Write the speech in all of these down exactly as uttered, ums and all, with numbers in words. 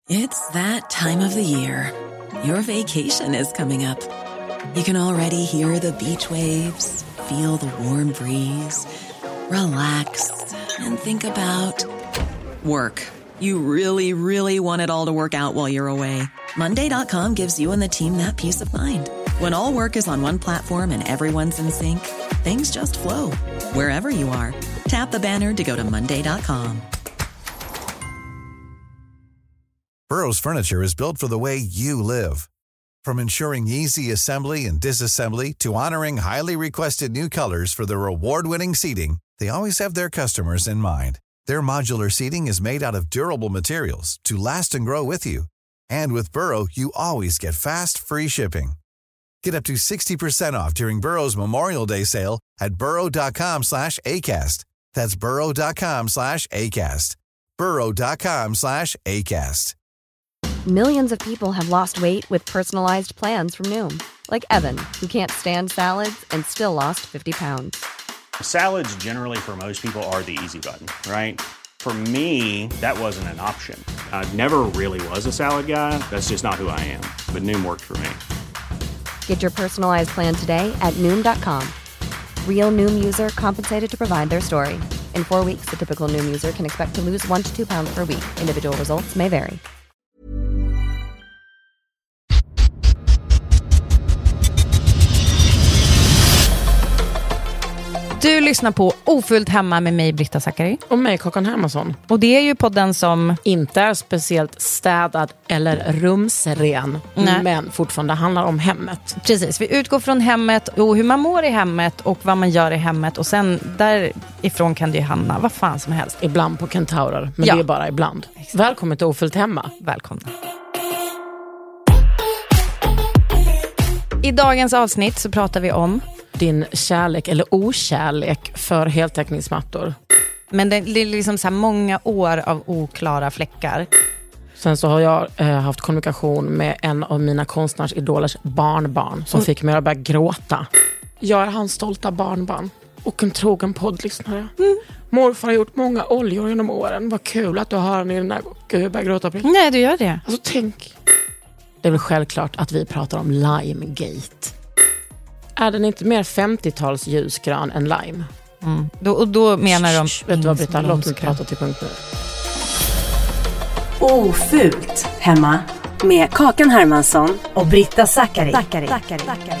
It's that time of the year. Your vacation is coming up. You can already hear the beach waves, feel the warm breeze, relax, and think about work. You really, really want it all to work out while you're away. Monday dot com gives you and the team that peace of mind. When all work is on one platform and everyone's in sync, things just flow. Wherever you are, tap the banner to go to monday dot com. Burrow's furniture is built for the way you live. From ensuring easy assembly and disassembly to honoring highly requested new colors for their award-winning seating, they always have their customers in mind. Their modular seating is made out of durable materials to last and grow with you. And with Burrow, you always get fast, free shipping. Get up to sixty percent off during Burrow's Memorial Day sale at burrow dot com slash acast. That's burrow dot com slash acast. burrow dot com slash acast. Millions of people have lost weight with personalized plans from Noom. Like Evan, who can't stand salads and still lost fifty pounds. Salads generally for most people are the easy button, right? For me, that wasn't an option. I never really was a salad guy. That's just not who I am. But Noom worked for me. Get your personalized plan today at Noom dot com. Real Noom user compensated to provide their story. In four weeks, the typical Noom user can expect to lose one to two pounds per week. Individual results may vary. Du lyssnar på Ofullt hemma med mig, Britta Zackari. Och mig, Kakan Hermansson. Och det är ju podden som inte är speciellt städad eller rumsren. Nej. Men fortfarande handlar om hemmet. Precis, vi utgår från hemmet och hur man mår i hemmet och vad man gör i hemmet. Och sen därifrån kan det ju hamna vad fan som helst. Ibland på Kentaurer, men ja. Det är bara ibland. Exakt. Välkommen till Ofullt hemma. Välkomna. I dagens avsnitt så pratar vi om din kärlek eller okärlek för heltäckningsmattor. Men det är liksom så här många år av oklara fläckar. Sen så har jag eh, haft kommunikation med en av mina konstnärsidolers barnbarn som mm. fick mig att börja gråta. Jag är hans stolta barnbarn och en trogen poddlyssnare. Mm. Morfar har gjort många oljor genom åren. Vad kul att du har den i den där. Gud, jag börjar gråta på det. Nej, du gör det. Alltså tänk. Det är väl självklart att vi pratar om Limegate. Är den inte mer femtio-tals ljusgrön än lime? Mm. Då, och då menar de... Shh, vet du vad, Britta? Låt mig prata till punkt nu. Ofullt hemma med Kakan Hermansson och Britta Zackari. Zackari. Zackari.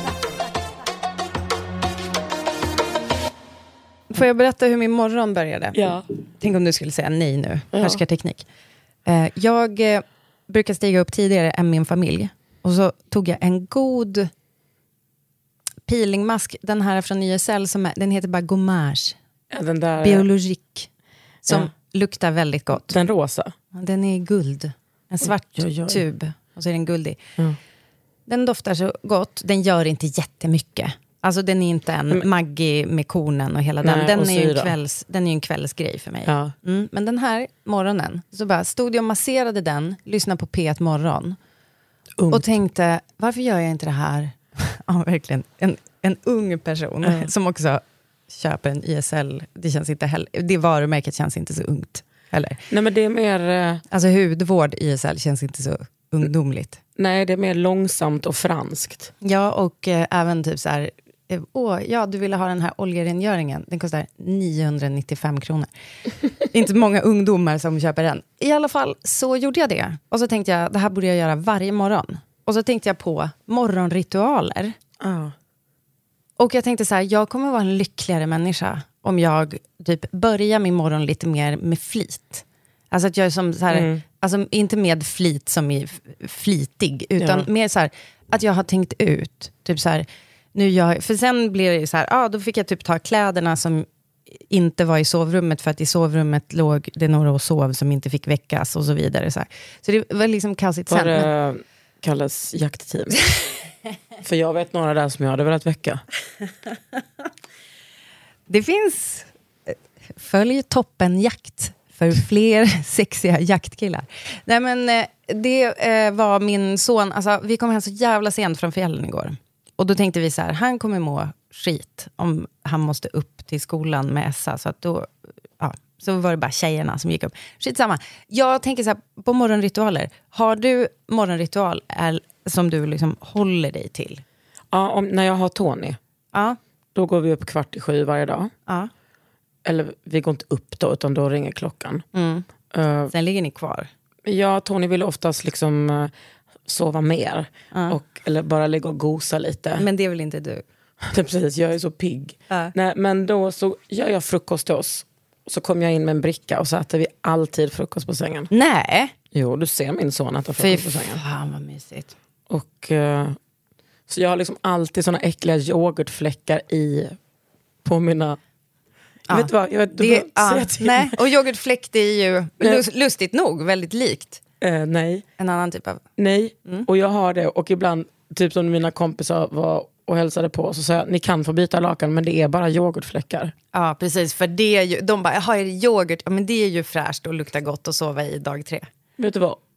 Får jag berätta hur min morgon började? Ja. Tänk om du skulle säga nej nu. Ja. Härskarteknik. Uh, jag uh, brukar stiga upp tidigare än min familj. Och så tog jag en god peelingmask, den här från Y S L, som är, den heter bara Gommage. Ja, den där Biologique. Som ja. luktar väldigt gott. Den rosa. Den är guld. En svart oj, oj, oj. tub. Och så är den guldig. Mm. Den doftar så gott. Den gör inte jättemycket. Alltså den är inte en men, Maggi med kornen och hela den. Nej, den, och är ju en kvälls, den är ju en kvällsgrej för mig. Ja. Mm, men den här morgonen så bara stod jag och masserade den. Lyssnade på P ett morgon. Ungt. Och tänkte, varför gör jag inte det här? Ja, verkligen. En, en ung person mm. som också köper en Y S L. Det känns inte heller, det varumärket känns inte så ungt heller. Nej, men det är mer uh, alltså hudvård Y S L känns inte så ungdomligt. Nej, det är mer långsamt och franskt. Ja, och uh, även typ så här, åh, ja, du ville ha den här oljerengöringen. Den kostar niohundranittiofem kronor. Inte många ungdomar som köper den. I alla fall så gjorde jag det. Och så tänkte jag, det här borde jag göra varje morgon. Och så tänkte jag på morgonritualer. Uh. Och jag tänkte så här, jag kommer vara en lyckligare människa om jag typ börjar min morgon lite mer med flit. Alltså att jag är som så här, mm. alltså inte med flit som är flitig, utan ja. mer så här, att jag har tänkt ut. Typ så här, nu jag, för sen blir det så här, ah, då fick jag typ ta kläderna som inte var i sovrummet, för att i sovrummet låg det några och sov som inte fick väckas och så vidare. Så, här. Så det var liksom kaosigt sen. Var det men... kallas jaktteam? För jag vet några där som jag hade velat väcka. Det finns följ toppenjakt för fler sexiga jaktkillar. Nej, men det eh, var min son, alltså vi kom hem så jävla sent från fjällen igår. Och då tänkte vi så här, han kommer må skit om han måste upp till skolan med Essa. Så att då, ja, Så var det bara tjejerna som gick upp. Skitsamma. Jag tänker så här, på morgonritualer. Har du morgonritual är, som du liksom håller dig till? Ja, om, när jag har Tony. Ja. Då går vi upp kvart i sju varje dag. Ja. Eller vi går inte upp då, utan då ringer klockan. Mm. Uh, Sen ligger ni kvar. Ja, Tony vill oftast liksom uh, sova mer. Uh. Och, eller bara ligga och gosa lite. Men det vill inte du? Det är precis, jag är så pigg. Uh. Nej, men då så gör jag frukost till oss. Så kom jag in med en bricka och så äter vi alltid frukost på sängen. Nej. Jo, du ser min son äta frukost på sängen. Fan vad mysigt. Och uh, så jag har liksom alltid såna äckliga yoghurtfläckar i på mina... Jag ja. vet vad, jag vet, det, ja. Nej. Och yoghurtfläck det är ju lust, lustigt nog väldigt likt. Uh, nej. En annan typ av... Nej, mm. och jag har det. Och ibland, typ som mina kompisar var och hälsade på, så sa jag, ni kan få byta lakan, men det är bara yoghurtfläckar. Ja, precis. För det är ju, de bara, jaha, är det yoghurt? Ja, men det är ju fräscht och luktar gott att sova i dag tre. Vet du vad?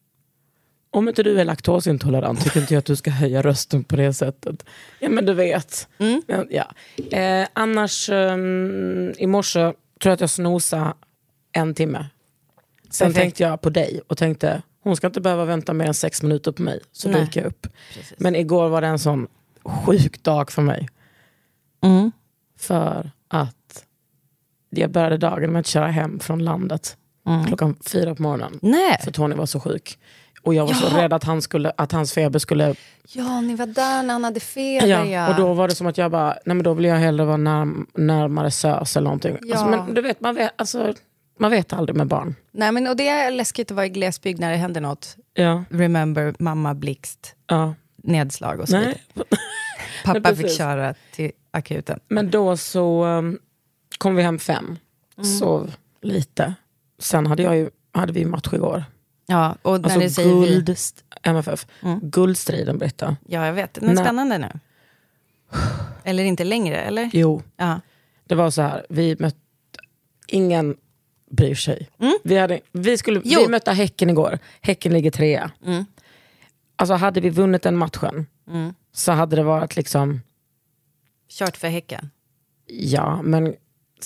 Om inte du är laktosintolerant tycker inte jag att du ska höja rösten på det sättet. Ja, men du vet. Mm. Men, ja. eh, annars, um, i morse tror jag att jag snosade en timme. Sen Perfekt. tänkte jag på dig och tänkte, hon ska inte behöva vänta mer än sex minuter på mig. Så då gick jag upp. Precis. Men igår var det en sån sjuk dag för mig. Mm. För att jag började dagen med att köra hem från landet. Mm. Klockan fyra på morgonen. Nej. För Tony var så sjuk. Och jag var ja. så rädd att, han skulle, att hans feber skulle... Ja, ni var där när han hade feber. Ja, ja. Och då var det som att jag bara, nej men då vill jag hellre vara när, närmare SÖS eller någonting. Ja. Alltså, men du vet, man vet, alltså, man vet aldrig med barn. Nej, men och det är läskigt att vara i glesbygd när det händer något. Ja. Remember, mamma blixt. Ja. Nedslag och så vidare. Pappa nej, fick köra till akuten. Men då så um, kom vi hem fem. Mm. Sov lite. Sen hade, jag ju, hade vi match igår. Ja, och när alltså du säger guld, vi... M F F. Mm. Guldstriden, Britta. Ja, jag vet. Det är spännande nu. Eller inte längre, eller? Jo. Ja. Det var så här, vi mötte... Ingen bryr sig. Mm. Vi, hade, vi, skulle, vi mötte Häcken igår. Häcken ligger trea. Mm. Alltså hade vi vunnit den matchen mm. så hade det varit liksom... Kört för Häcken? Ja, men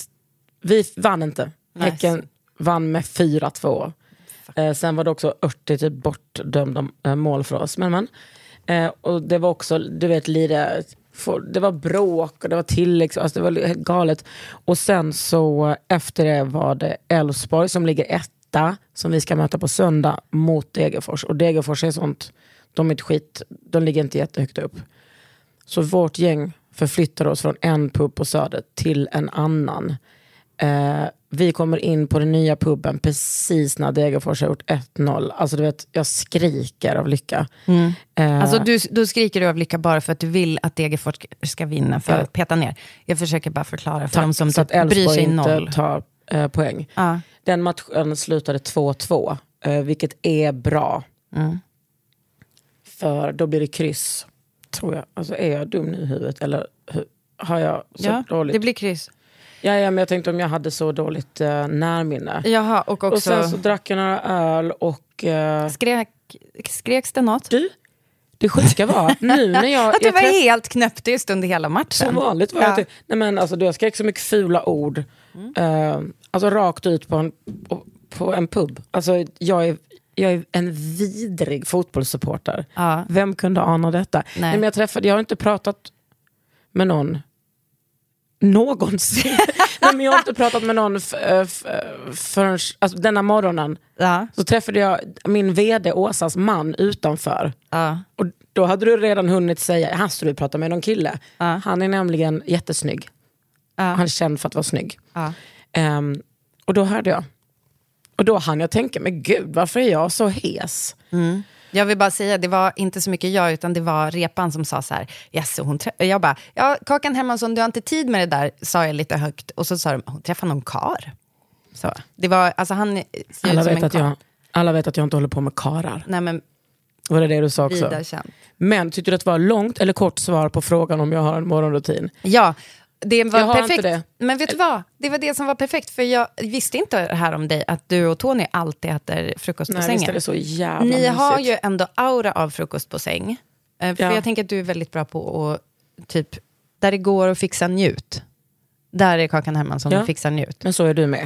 vi vann inte. Nej, Häcken så. vann med fyra två. Eh, sen var det också fyrtio typ bortdömda eh, mål för oss. Men, men, eh, och det var också, du vet, lite... För, det var bråk och det var tillägg, alltså det var helt galet. Och sen så efter det var det Elfsborg som ligger etta, som vi ska möta på söndag mot Degerfors. Och Degerfors är sånt, de är ett skit, de ligger inte jättehögt upp. Så vårt gäng förflyttar oss från en pub på Söder till en annan. Eh, vi kommer in på den nya puben precis när Degerfors har gjort ett noll. Alltså du vet, jag skriker av lycka. Mm. Eh, alltså du, då skriker du av lycka bara för att du vill att Degerfors ska vinna för ja. att peta ner. Jag försöker bara förklara för dem som typ bryr sig noll. Inte tar eh, poäng. Ja. Den matchen slutade två två, eh, vilket är bra. Mm. För då blir det kryss, tror jag. Alltså är jag dum nu i huvudet eller hur, har jag så ja, dåligt? Det blir kryss. Ja, ja, men jag tänkte om jag hade så dåligt uh, närminne. Jaha, och också... Och sen så drack jag några öl och... Uh... Skrek, skreks det något? Du, det sjuka var nu när jag... att du jag var träff... helt knäpptyst under hela matchen. Som vanligt var ja. jag till... Nej men alltså, jag skrek så mycket fula ord. Mm. Uh, alltså rakt ut på en, på en pub. Alltså jag är... Jag är en vidrig fotbollssupporter. Ja. Vem kunde ana detta? Nej. Nej, men jag träffade... Jag har inte pratat med någon... Någonsin. Nej, men jag har inte pratat med någon f- f- förrän alltså, denna morgonen. Ja. Så träffade jag min vd Åsas man utanför. Ja. Och då hade du redan hunnit säga, han skulle prata med någon kille. Ja. Han är nämligen jättesnygg. Ja. Han är känd för att vara snygg. Ja. Um, och då hörde jag. Och då hann jag tänka, men gud, varför är jag så hes? Mm. Jag vill bara säga, det var inte så mycket jag, utan det var Repan som sa så här, yes, hon trä- jag bara, ja, Kakan Hermansson, du har inte tid med det där, sa jag lite högt. Och så sa de, hon träffade någon kar. Så, det var, alltså han alla vet, att jag, alla vet att jag inte håller på med karar. Nej, men var det det du sa också? Men tyckte du att det var långt eller kort svar på frågan om jag har en morgonrutin? Ja, det var jag perfekt. Det. Men vet du vad? Det var det som var perfekt. För jag visste inte här om dig att du och Tony alltid äter frukost på Nej, sängen. Visst är det så jävla Ni mysigt. har ju ändå aura av frukost på säng. För ja. jag tänker att du är väldigt bra på att typ, där det går att fixa njut. Där är Kakan Hermansson Ja. och fixar njut. Men så är du med.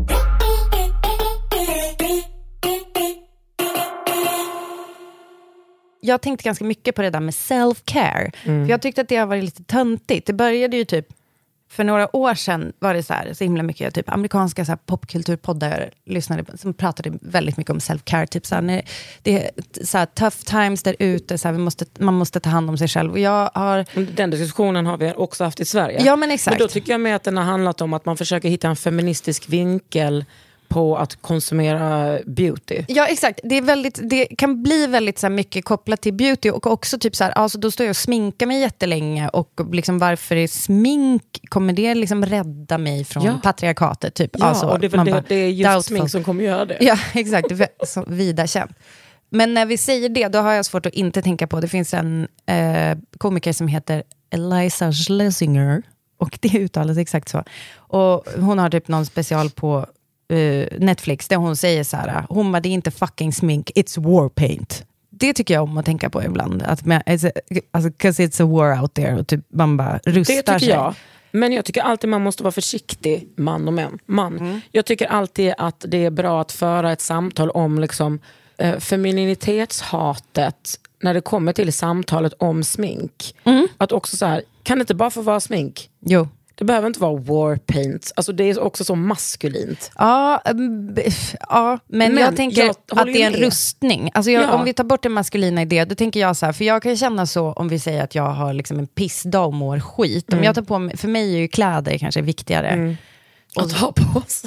Jag tänkte ganska mycket på det där med self-care. Mm. För jag tyckte att det har varit lite töntigt. Det började ju typ, för några år sedan var det så här, så himla mycket typ amerikanska så här, popkulturpoddar lyssnade på, som pratade väldigt mycket om self-care. Typ så här, när det är så här, tough times där ute, så här, vi måste, man måste ta hand om sig själv. Och jag har... Den diskussionen har vi också haft i Sverige. Ja, men exakt. Men då tycker jag med att den har handlat om att man försöker hitta en feministisk vinkel på att konsumera beauty. Ja, exakt. Det, är väldigt, det kan bli väldigt så här, mycket kopplat till beauty och också typ så här, alltså, då står jag och sminkar mig jättelänge och liksom, varför är smink, kommer det liksom rädda mig från ja. patriarkatet? Typ? Ja, alltså, och det är, väl det, bara, det är just doubtful. Smink som kommer göra det. Ja, exakt. Det är så vida känt. Men när vi säger det, då har jag svårt att inte tänka på, det finns en eh, komiker som heter Eliza Schlesinger och det uttalas exakt så. Och hon har typ någon special på Uh, Netflix där hon säger så här: hon bara, det är inte fucking smink, it's war paint. Det tycker jag om att tänka på ibland, att man, alltså, cause it's a war out there och typ man bara rustar sig. Det tycker jag. Men jag tycker alltid man måste vara försiktig, man och män. Man. Mm. Jag tycker alltid att det är bra att föra ett samtal om liksom, eh, femininitetshatet när det kommer till samtalet om smink. Mm. Att också så här, kan det inte bara få vara smink? Jo. Det behöver inte vara war paint. Alltså det är också så maskulint. Ja, ja men, men jag tänker jag att det är en med. rustning. Alltså jag, ja. Om vi tar bort det maskulina i det, då tänker jag så här, för jag kan känna så om vi säger att jag har liksom en pissdag och mår skit. Mm. Om jag tar på mig, för mig är ju kläder kanske viktigare. Mm. Och att ha på sig.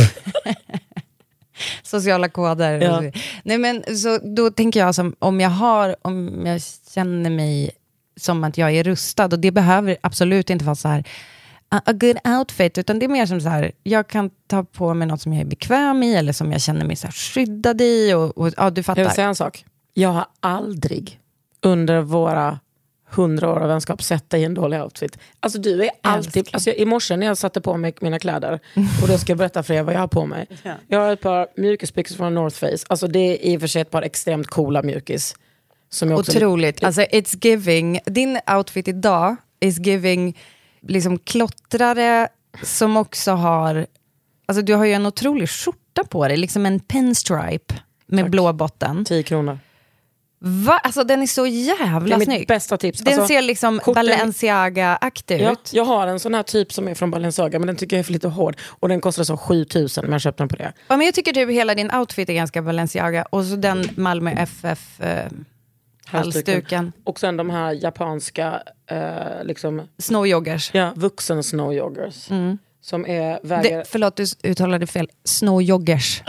Sociala koder. Ja. Nej, men så då tänker jag som om jag har, om jag känner mig som att jag är rustad, och det behöver absolut inte vara så här a good outfit, utan det är mer som så här, jag kan ta på mig något som jag är bekväm i eller som jag känner mig så här skyddad i och, och ja, du fattar. Jag vill säga en sak. Jag har aldrig under våra hundra år av vänskap sett dig i en dålig outfit. Alltså du är alltid, alltså jag, i morse när jag satte på mig mina kläder och då ska jag berätta för er vad jag har på mig. Ja. Jag har ett par mjukisbyxor från North Face. Alltså det är i och för sig ett par extremt coola mjukis. Som jag också otroligt. Alltså it's giving, din outfit idag is giving liksom klottrare som också har, alltså du har ju en otrolig skjorta på dig, liksom en pinstripe med Tack. blå botten. tio kronor. Va? Alltså den är så jävla det är snygg. Mitt bästa tips. Den alltså, ser liksom korten... Balenciaga-aktig ja, ut. Jag har en sån här typ som är från Balenciaga, men den tycker jag är för lite hård. Och den kostar så sju tusen om jag köpte den på det. Ja, men jag tycker typ hela din outfit är ganska Balenciaga. Och så den Malmö F F eh, halsduken. Och sen de här japanska eh, liksom... snowjoggers. Ja, vuxen snowjoggers. Mm. Som är väger... Det, förlåt, du uttalade fel. Snowjoggers.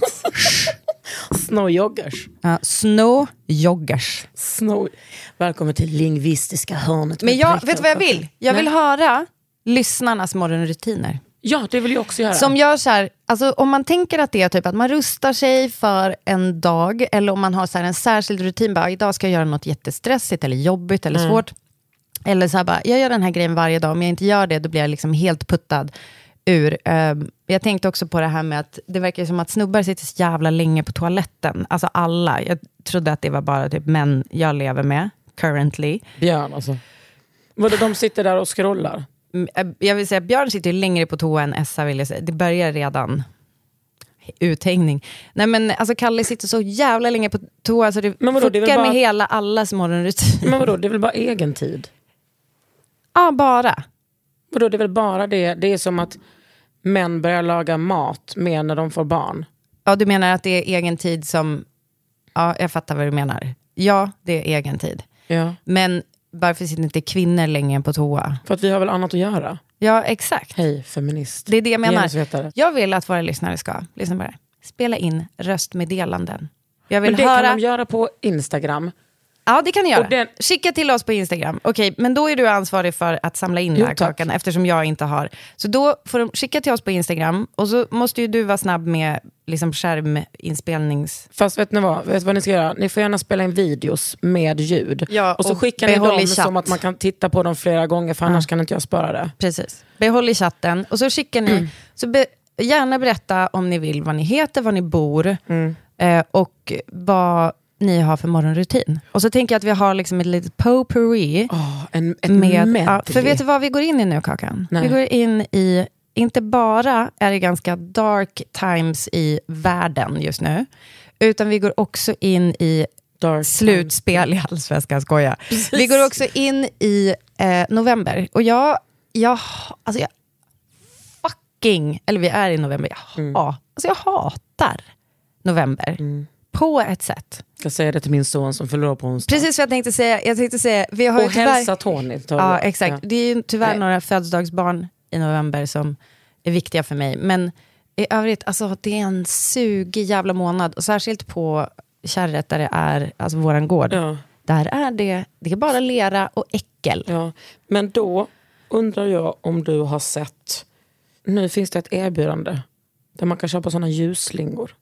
Snowjoggers. Ja, snowjoggers. Snow. Välkommen till lingvistiska hörnet. Men jag vet vad jag vill? Jag vill Nej. höra lyssnarnas morgonrutiner. Ja, det vill jag också göra. Som gör så här, alltså om man tänker att det är typ att man rustar sig för en dag, eller om man har så här en särskild rutin, bara idag ska jag göra något jättestressigt eller jobbigt eller mm. svårt. Eller så här bara, jag gör den här grejen varje dag, om jag inte gör det då blir jag liksom helt puttad ur. Um, jag tänkte också på det här med att det verkar som att snubbar sitter så jävla länge på toaletten. Alltså alla. Jag trodde att det var bara typ män jag lever med currently. Björn alltså. Vadå, de sitter där och scrollar? Jag vill säga, Björn sitter längre på toa än Essa, vill jag säga. Det börjar redan uthängning. Nej men alltså Kalle sitter så jävla länge på toa så det men vadå, fuckar det bara... med hela allas morgonrutin. Men vadå, det är väl bara egen tid? Ja, bara. Vadå, det är väl bara det. Det är som att män börjar laga mat mer när de får barn. Ja, du menar att det är egen tid som... Ja, jag fattar vad du menar. Ja, det är egen tid. Ja. Men varför sitter inte kvinnor länge på toa? För att vi har väl annat att göra. Ja, exakt. Hej, feminist. Det är det jag menar. Jag vill att våra lyssnare ska, lyssna på det, spela in röstmeddelanden. Jag vill men det höra... kan de göra på Instagram. Ja, det kan ni göra. Den... Skicka till oss på Instagram. Okej, men då är du ansvarig för att samla in den här kakan eftersom jag inte har. Så då får de skicka till oss på Instagram och så måste ju du vara snabb med liksom skärminspelnings... Fast vet ni vad? Vet vad ni ska göra? Ni får gärna spela in videos med ljud. Ja, och så och skickar ni dem som att man kan titta på dem flera gånger för annars mm. kan inte jag spara det. Precis. Behåll i chatten och så skickar ni... Mm. Så be, gärna berätta om ni vill vad ni heter, var ni bor mm. eh, och vad... ni har för morgonrutin. Och så tänker jag att vi har liksom ett litet potpourri. Oh, en, ett med, medley. ja, för vet du vad vi går in i nu, Kakan? Nej. Vi går in i, inte bara är det ganska dark times i världen just nu, utan vi går också in i dark slutspel i allsvenskan, skoja. Precis. Vi går också in i eh, november. Och jag, jag, alltså jag fucking, eller vi är i november, jag, mm. ha, alltså jag hatar november. Mm. På ett sätt. Jag säger det till min son som förlorar på onsdag. Precis vad jag tänkte säga. Jag tänkte säga vi har och tyvärr... hälsa Tony. Ja, exakt. Ja. Det är ju tyvärr Nej. några födelsedagsbarn i november som är viktiga för mig. Men i övrigt, alltså det är en sugig jävla månad. Och särskilt på Kärret där det är, alltså våran gård. Ja. Där är det, det är bara lera och äckel. Ja. Men då undrar jag om du har sett, nu finns det ett erbjudande där man kan köpa sådana ljusslingor.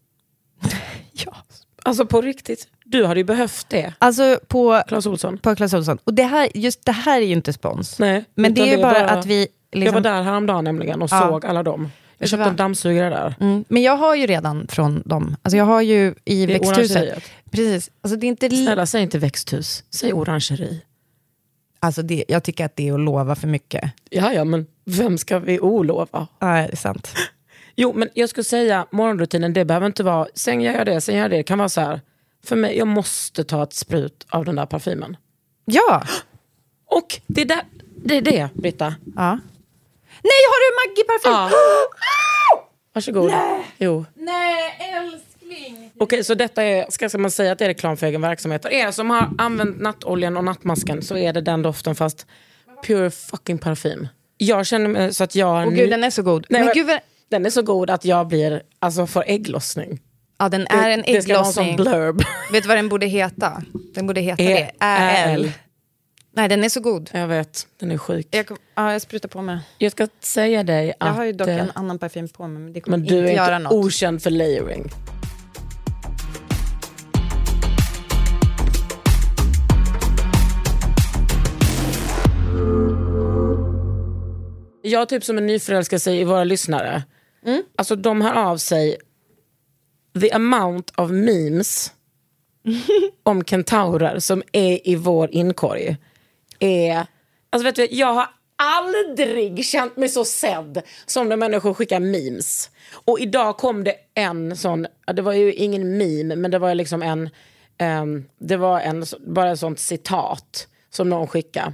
Ja. Alltså på riktigt, du hade ju behövt det. Alltså på Clas Ohlson. På Clas Ohlson. Och det här, just det här är ju inte spons. Nej, men det är ju det bara, bara att vi... Liksom... Jag var där häromdagen nämligen och ja. såg alla dem. Jag köpte en dammsugare där. Mm. Men jag har ju redan från dem. Alltså jag har ju i det växthuset. Precis. Alltså det är inte li- Snälla, säg inte växthus. Säg orangeri. Alltså det, jag tycker att det är att lova för mycket. Ja, ja, men vem ska vi olova? Ja, det är sant. Jo, men jag skulle säga morgonrutinen, det behöver inte vara sen gör jag det, sen gör jag det. Det kan vara så här, för mig, jag måste ta ett sprut av den där parfymen. Ja. Och det är, där, det, är det, Britta. Ja. Nej, har du Maggi-parfym? Ja. Varsågod. Nej. Jo. Nej, älskling. Okej, okay, så detta är, ska man säga att det är reklam för egen verksamhet. Och er som har använt nattoljan och nattmasken så är det den doften fast pure fucking parfym. Jag känner mig så att jag... Åh gud, den är så god. Nej, men gud, vad... Den är så god att jag blir, alltså får ägglossning. Ja, den är det, en ägglossning. Det ska vara en sån blurb. Vet du vad den borde heta? Den borde heta E- det. Ä-L. Nej, den är så god. Jag vet, den är sjuk. Jag, ja, jag sprutar på mig. Jag ska säga dig att... Jag har ju dock en annan parfym på mig, men det kommer men du inte är göra inte något. okänd för layering. Jag typ som en nyförälskelse i våra lyssnare. Mm. Alltså de hör av sig the amount of memes om kentaurer som är i vår inkorg är, alltså vet du, jag har aldrig känt mig så sedd som när människor skickar memes. Och idag kom det en sån, det var ju ingen meme, men det var liksom en um, det var en, bara ett sånt citat som någon skickade.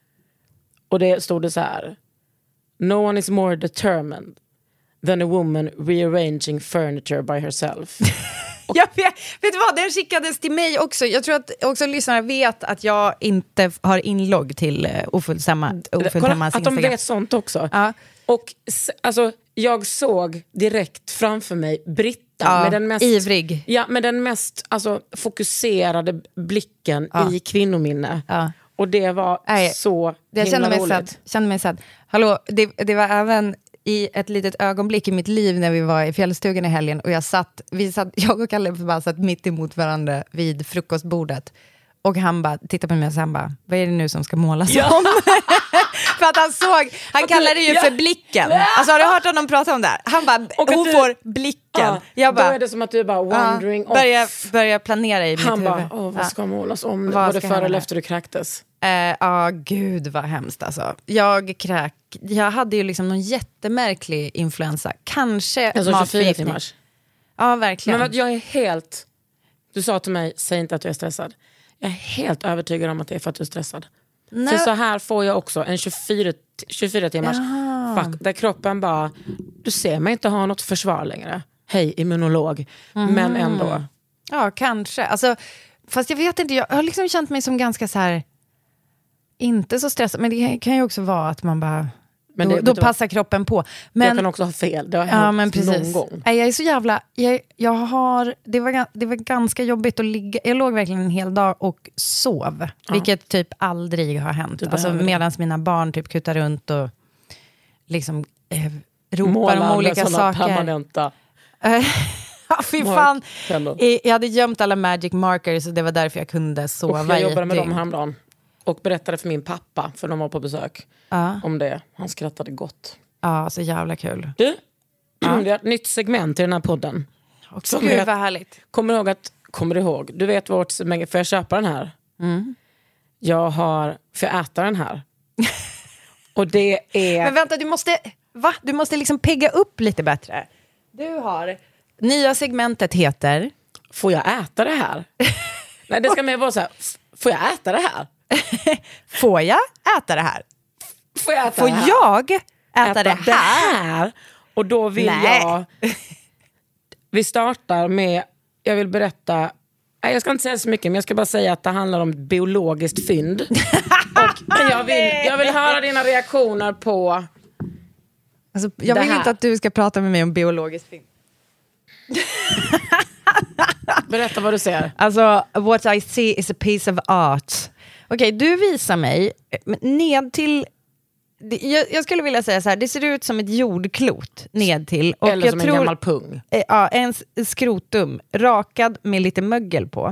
Och det stod det så här: no one is more determined than a woman rearranging furniture by herself. Jag vet, vet du vad, den skickades till mig också. Jag tror att också lyssnarna vet att jag inte har inlogg till uh, Ofullsamma Ofullsammas att de vet sånt också. Ja. Och alltså, jag såg direkt framför mig Britta ja, med den mest ivrig. Ja, med den mest alltså, fokuserade blicken ja. i kvinnominne. Ja. Och det var Nej, så jag himla kände mig roligt. Sad, kände mig sad. Hallå, det, det var även i ett litet ögonblick i mitt liv när vi var i fjällstugan i helgen och jag satt, vi satt, jag och Kalle bara satt mitt emot varandra vid frukostbordet och han bara tittade på mig och så han bara, vad är det nu som ska målas ja. om? För att han såg, han kallar det ju ja. för blicken. Alltså har du hört honom prata om det här? Han bara, hon du, får blicken. Ja, jag bara, då är det som att du är bara wandering ja, börja, börja planera i mitt han huvud. Han bara, åh, vad ska ja. målas om? Var det före eller efter du kräktes? Ja, uh, uh, gud vad hemskt alltså. Jag kräk, jag hade ju liksom någon jättemärklig influensa. Kanske alltså tjugofyra timmars. Ja, verkligen. Men jag är helt, du sa till mig, säg inte att du är stressad. Jag är helt övertygad om att det är för att du är stressad. Nej. För så här får jag också en tjugofyra, tjugofyra timmars fuck, där kroppen bara, du ser mig inte ha något försvar längre. Hej, immunolog. Mm. Men ändå. Ja, kanske. Alltså, fast jag vet inte, jag har liksom känt mig som ganska så här, inte så stressad. Men det kan ju också vara att man bara, men det, då, då passar kroppen på. Men, jag kan också ha fel, det har hänt ja, men precis. någon gång. Nej, jag är så jävla, jag, jag har, det var, det var ganska jobbigt att ligga, jag låg verkligen en hel dag och sov. Ja. Vilket typ aldrig har hänt. Alltså medan mina barn typ kutar runt och liksom eh, ropar Målande, om olika saker. Permanenta. Ja, fy fan. Jag hade gömt alla magic markers och det var därför jag kunde sova. Och jag jobbade med dem häromdagen. Och berättade för min pappa, för de var på besök, uh. om det. Han skrattade gott. Ja, uh, så jävla kul. Du, uh. vi har ett nytt segment i den här podden. Gud, vad härligt. Kommer ihåg att kommer du ihåg? Du vet vårt, får jag köpa den här? Mm. Jag har, får jag äta den här? Och det är... Men vänta, du måste, va? Du måste liksom pegga upp lite bättre. Du har, nya segmentet heter... Får jag äta det här? Nej, det ska mer vara så här, får jag äta det här? Får jag äta det här? Får jag äta Får det här? jag äta, äta det, här? det här? Och då vill Nej. jag... Vi startar med... Jag vill berätta... Nej, jag ska inte säga så mycket, men jag ska bara säga att det handlar om biologiskt fynd. Och jag vill, jag vill höra dina reaktioner på... Alltså, jag vill inte att du ska prata med mig om biologiskt fynd. Berätta vad du ser. Alltså, what I see is a piece of art. Okej, okay, du visar mig ned till... Jag, jag skulle vilja säga så här, det ser ut som ett jordklot ned till. Och eller jag som tror, en gammal pung. Eh, ja, en skrotum, rakad med lite mögel på.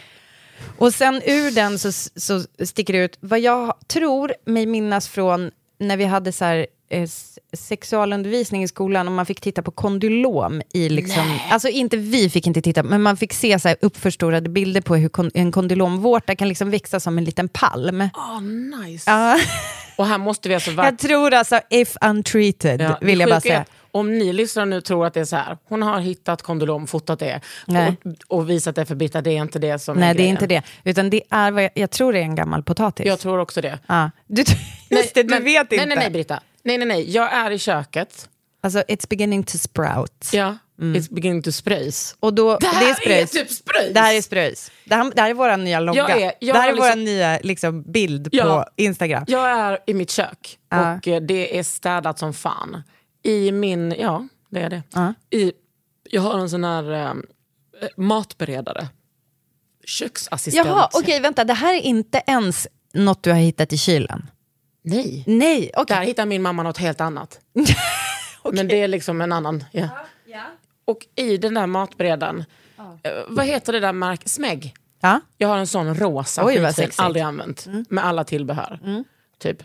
Och sen ur den så, så sticker det ut, vad jag tror mig minnas från när vi hade så här, eh, sexualundervisning i skolan och man fick titta på kondylom i liksom, alltså inte vi fick inte titta, men man fick se så här uppförstorade bilder på hur kon, en kondylomvårta kan liksom växa som en liten palm. Åh, oh, nice. Ja. Och här måste vi alltså... Var... Jag tror alltså, if untreated, ja, vill jag bara säga. Om ni lyssnar nu tror att det är så här, hon har hittat kondylom, fotat det och, och visat det för Britta, det är inte det som Nej, är det är grejen. inte det. Utan det är, vad jag, jag tror det är en gammal potatis. Jag tror också det. Ja. Du, just nej, det, du men, vet nej, inte. Nej, nej, Britta. Nej, nej, nej. Jag är i köket. Alltså, it's beginning to sprout. Ja, mm. It's beginning to spröjs. Och då, det här det är, spröjs. är typ spröjs. Det här är spröjs. Det här, det här är vår nya logga. Jag är, jag det här är liksom, vår nya liksom, bild ja, på Instagram. Jag är i mitt kök. Uh. Och det är städat som fan. I min, ja, det är det. Uh. I, jag har en sån här um, matberedare. Köksassistent. Jaha, okej, okay, vänta. Det här är inte ens något du har hittat i kylen. Nej. Nej, okej. Okay. Där hittar min mamma något helt annat. Okay. Men det är liksom en annan. Ja. Ja, ja. Och i den där matberedaren, ja. eh, vad heter det där märket? Smeg. Ja. Jag har en sån rosa. Oj, vad sexigt. Aldrig använt. Mm. Med alla tillbehör. Mm. Typ.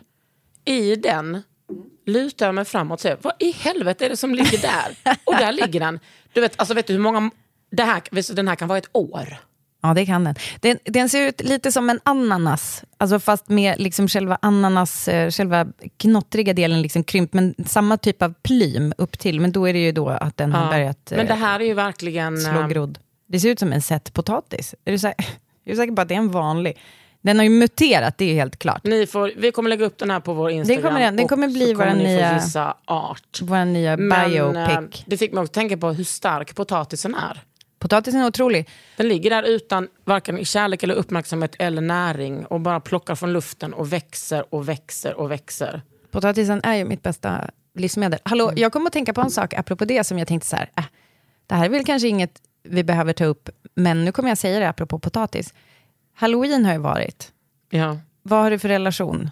I den lutar jag mig framåt och säger, vad i helvete är det som ligger där? Och där ligger den. Du vet, alltså vet du hur många... Det här, den här kan vara ett år. Ja, det kan den. den. Den ser ut lite som en ananas. Alltså fast med liksom själva ananas, själva knottriga delen liksom krympt. Men samma typ av plym upp till. Men då är det ju då att den ja. har börjat men det här är ju verkligen slå grodd. Det ser ut som en sett potatis. Är du säker, är du säker på att det är en vanlig? Den har ju muterat, det är helt klart. Ni får, vi kommer lägga upp den här på vår Instagram. Den kommer, den kommer bli vår nya, art. vår nya biopic. Men, det fick mig att tänka på hur stark potatisen är. Potatisen är otrolig. Den ligger där utan varken kärlek eller uppmärksamhet eller näring och bara plockar från luften och växer och växer och växer. Potatisen är ju mitt bästa livsmedel. Hallå, mm. jag kommer att tänka på en sak apropå det som jag tänkte så här, äh, det här är väl kanske inget vi behöver ta upp, men nu kommer jag säga det apropå potatis. Halloween har ju varit. Ja. Vad har du för relation?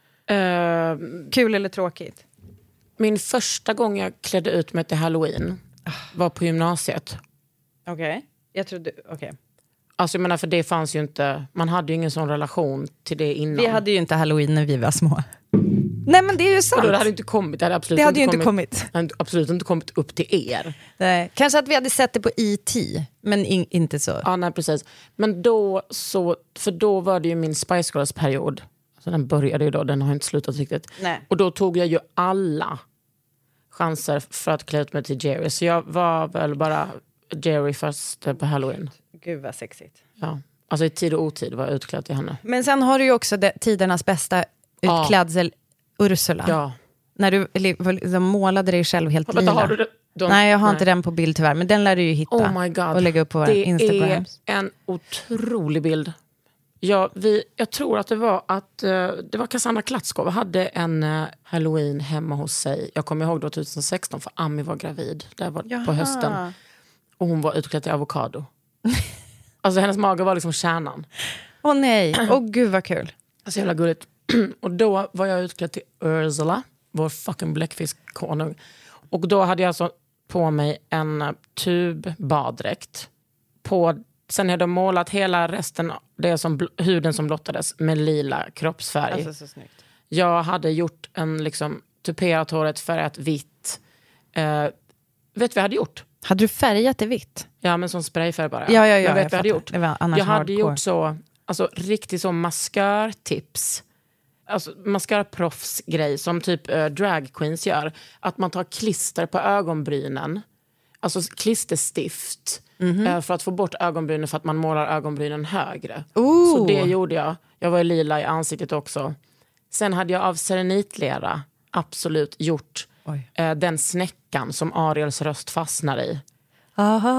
Uh, Kul eller tråkigt? Min första gång jag klädde ut mig till Halloween var på gymnasiet. Okej, okay. jag trodde, okej. Okay. Alltså jag menar, för det fanns ju inte, man hade ju ingen sån relation till det innan. Vi hade ju inte Halloween när vi var små. Nej, men det är ju sant. Då, det hade inte kommit, det hade absolut, det hade inte, inte kommit, kommit. hade absolut inte kommit upp till er. Nej. Kanske att vi hade sett det på E T, men in, inte så. Ja, nej, precis. Men då så, för då var det ju min Spice Girls-period. Så den började ju då, den har inte slutat riktigt. Nej. Och då tog jag ju alla chanser för att klä ut mig till Jerry. Så jag var väl bara Jerry först på Halloween. Gud vad sexigt. Ja, alltså i tid och otid var jag utklädd till henne. Men sen har du ju också det, tidernas bästa utklädsel, ja. Ursula. Ja. När du de målade dig själv helt Vänta, lila. har du det? De, nej, jag har nej. inte den på bild tyvärr. Men den lär du ju hitta oh my God. och lägga upp på våra Instagram. Det är en otrolig bild. Ja, vi, jag tror att det var att uh, det var Cassandra Klatskov hade en uh, Halloween hemma hos sig. Jag kommer ihåg då tjugo sexton för Ami var gravid. Det var Jaha. På hösten. Och hon var utklädd till avokado. Alltså hennes mage var liksom kärnan. Åh oh, nej, åh oh, gud vad kul. Så jävla gulligt. Och då var jag utklädd till Ursula, vår fucking bläckfiskkonung. Och då hade jag alltså på mig en tub baddräkt. På, sen hade jag målat hela resten, det som, huden som blottades med lila kroppsfärg. Alltså så snyggt. Jag hade gjort en liksom tuperat håret färgat vitt. Eh, vet vad jag hade gjort? Hade du färgat det vitt? Ja, men som sprayfärg bara. Ja, ja, ja, men vet jag vad jag hade gjort? Det var annars jag hade hardcore. gjort så, alltså riktigt så maskartips. Alltså mascara-proffs-grej som typ äh, drag queens gör. Att man tar klister på ögonbrynen. Alltså klisterstift. Mm-hmm. Äh, för att få bort ögonbrynen för att man målar ögonbrynen högre. Ooh. Så det gjorde jag. Jag var lila i ansiktet också. Sen hade jag av serenitlera absolut gjort äh, den snäckan som Ariels röst fastnar i. Ah, ah,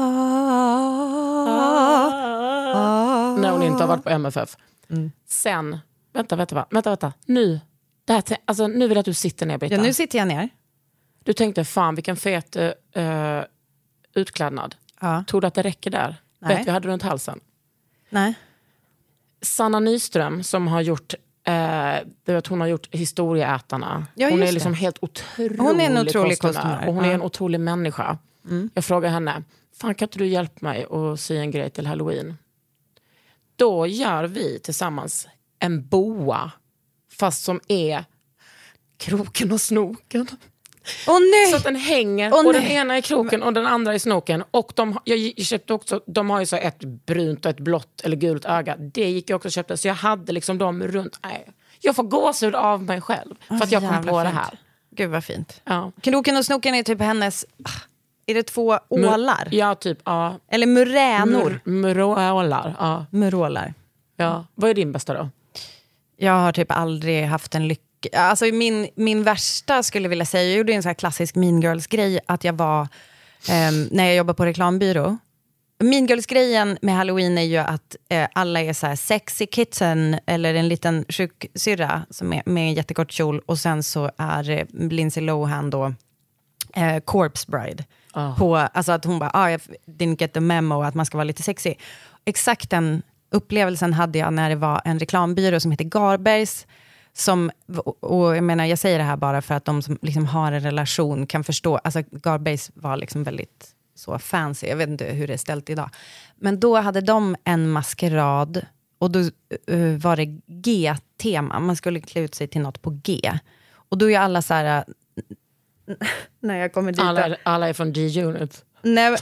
ah, när hon inte har varit på M F F. Mm. Sen, vänta, vänta, vänta, vänta. Nu, det här, alltså, nu vill jag att du sitter ner, Britta. Ja, nu sitter jag ner. Du tänkte, fan vilken fet uh, utklädnad. Ja. Tror du att det räcker där? Nej. Vet vi hade runt halsen? Nej. Sanna Nyström som har gjort uh, vet, hon har gjort Historieätarna. Ja, hon är just liksom det. helt otrolig. Hon är en otrolig kostymär. kostymär. Och hon Ja. är en otrolig människa. Mm. Jag frågar henne, fan kan inte du hjälpa mig att sy en grej till Halloween? Då gör vi tillsammans en boa. Fast som är kroken och snoken. Åh nej! Så att den hänger. Åh, och den nej. ena är kroken och den andra är snoken. Och de, jag köpte också, de har ju så ett brunt och ett blått eller gult öga. Det gick jag också köpte. Så jag hade liksom dem runt. Nej, jag får gåshud av mig själv. För Åh, att jag kom jävla på fint. det här. Gud vad fint. Ja. Kroken och snoken är typ hennes... Är det två ålar? Ja, typ. Ja. Eller muränor? Mur, murålar. Ja. Murålar. Ja. Vad är din bästa då? Jag har typ aldrig haft en lycka. Alltså min, min värsta skulle jag vilja säga, jag gjorde en sån här klassisk Mean Girls-grej att jag var, eh, när jag jobbade på reklambyrå. Mean Girls-grejen med Halloween är ju att eh, alla är så här sexy kitten eller en liten sjuksyrra som är med en jättekort kjol och sen så är eh, Lindsay Lohan då eh, Corpse Bride. Oh. På, alltså att hon bara, ah, jag didn't get the memo att man ska vara lite sexy. Exakt den upplevelsen hade jag när det var en reklambyrå som heter Garbergs. Som, och jag menar, jag säger det här bara för att de som liksom har en relation kan förstå. Alltså Garbergs var liksom väldigt så fancy. Jag vet inte hur det är ställt idag. Men då hade de en maskerad. Och då uh, var det G-tema. Man skulle klä ut sig till något på G. Och då är alla så här... när jag kommer dit... Alla, alla är från G-unit. Nej,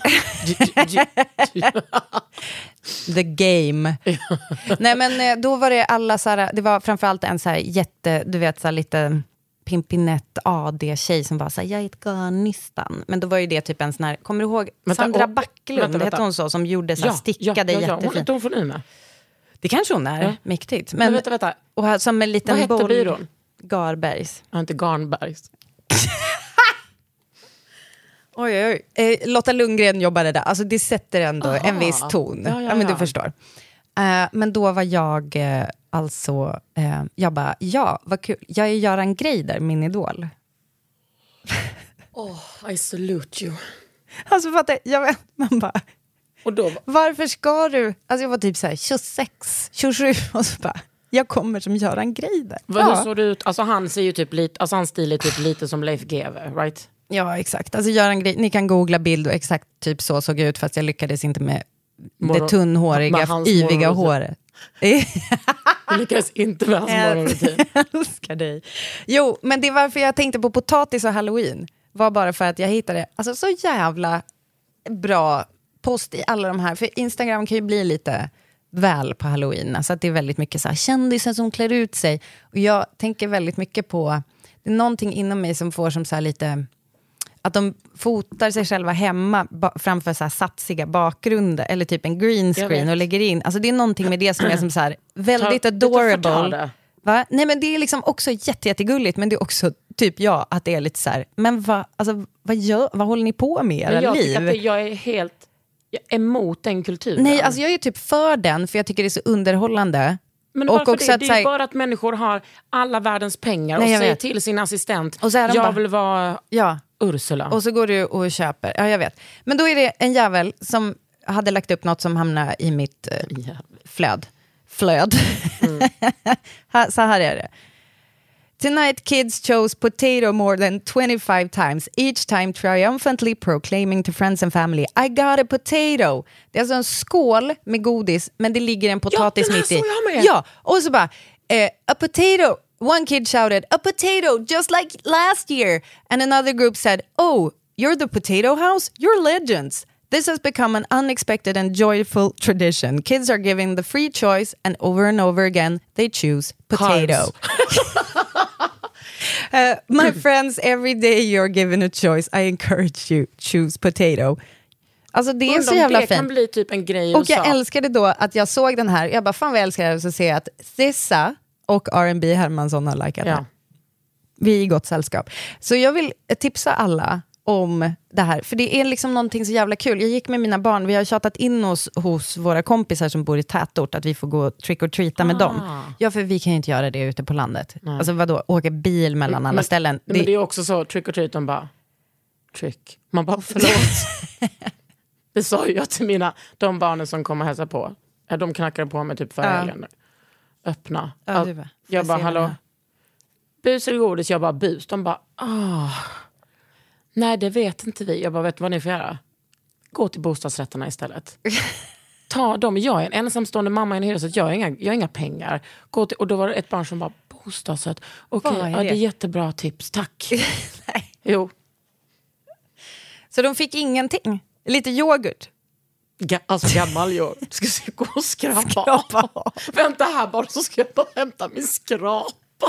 the game. Nej men då var det alla så här, det var framförallt en så här jätte, du vet så här lite pimpinett A D-tjej som var så här, jag är ett garnistan. Men då var ju det typ en sån här, kommer du ihåg vänta, Sandra och, Backlund, vänta, vänta. hette hon så, som gjorde så här ja, stickade ja, ja, ja. jättefint. Hon, hon från Umeå. Det kanske hon är, ja. Mäktigt. Men, men vänta, vänta. Och som en liten vad hette boll, byrån? Garbergs. Ja, inte Garnbergs. Oj, oj, oj. Eh, Lotta Lundgren jobbade där. Alltså det sätter ändå Aha. en viss ton. Ja, ja, ja, men du ja. förstår. Eh, men då var jag eh, alltså... Eh, jag bara, ja, vad kul. Jag är Göran Greider, min idol. Oh, I salute you. Alltså fattar jag vet, man bara... Och då, varför ska du... Alltså jag var typ så här tjugosex, tjugosju och så bara... Jag kommer som Göran Greider. vad, Ja. hur såg det ut? Alltså han ser ju typ lite... Alltså hans stil är typ lite som Leif G W, right? Ja, exakt. Alltså Göran Greider, ni kan googla bild och exakt typ så såg jag ut, fast jag lyckades inte med Morgon, det tunnhåriga, yviga håret. Jag lyckades inte med hans morgonrutin. Jag älskar dig. Jo, men det är varför jag tänkte på potatis och Halloween. Var bara för att jag hittade alltså, så jävla bra post i alla de här. För Instagram kan ju bli lite väl på Halloween. Alltså att det är väldigt mycket så här, kändisar som klär ut sig. Och jag tänker väldigt mycket på... Det är någonting inom mig som får som så här lite... Att de fotar sig själva hemma ba- framför så här satsiga bakgrunder. Eller typ en green screen och lägger in. Alltså det är någonting med det som är som så här väldigt Ta, adorable. Va? Nej men det är liksom också jätte, jättegulligt. Men det är också typ jag att det är lite så här. Men va, alltså, vad, gör, vad håller ni på med i era jag liv? Att det, jag är helt jag är emot den kulturen. Nej, alltså jag är typ för den. För jag tycker det är så underhållande. Men och varför också det? att, Det är så här, ju bara att människor har alla världens pengar. Nej, och jag säger vet. till sin assistent. Och så är de jag bara- vill vara ja. Ursula. Och så går du och köper. Ja, jag vet. Men då är det en jävel som hade lagt upp något som hamnade i mitt eh, flöd. Flöd. Mm. Så här är det. Tonight kids chose potato more than twenty-five times, each time triumphantly proclaiming to friends and family, I got a potato. Det är alltså en skål med godis, men det ligger en potatis den här mitt i. såg jag med. Ja, och så bara, eh, a potato. One kid shouted, a potato, just like last year. And another group said, oh, You're the potato house? You're legends. This has become an unexpected and joyful tradition. Kids are given the free choice and over and over again they choose potato. uh, my friends, every day you're given a choice. I encourage you, choose potato. Alltså det är så jävla fint. Det kan bli typ en grej. Och jag älskade då att jag såg den här. Jag bara, fan vad jag älskar det. Så ser jag att Sissa och R and B Hermansson har likat ja. Vi är i gott sällskap. Så jag vill tipsa alla om det här. För det är liksom någonting så jävla kul. Jag gick med mina barn. Vi har tjatat in oss hos våra kompisar som bor i tätort. Att vi får gå trick or treata med ah. dem. Ja, för vi kan ju inte göra det ute på landet. Nej. Alltså vadå? Åka bil mellan men, alla ställen. Men det... det är också så, trick or treat, de bara trick. Man bara, förlåt. Det sa jag till mina, de barnen som kommer hälsa på. De knackade på mig typ för helgen. Ja. Öppna. Ja, All, bara, jag bara, hallå. Bus eller godis? Jag bara, bus. De bara, åh. Nej, det vet inte vi. Jag bara, vet vad ni får göra? Gå till bostadsrätterna istället. Ta dem. Jag är en ensamstående mamma i en hyresrätt. Jag har inga, jag har inga pengar. Gå till, och då var det ett barn som bara, bostadsrätt. Okej, okay, ja, det är jättebra tips. Tack. Nej. Jo. Så de fick ingenting? Lite yoghurt? Ga- alltså gammal yoghurt. Ska jag gå och skrapa, skrapa av. Vänta här bara, så ska jag bara hämta min skrapa.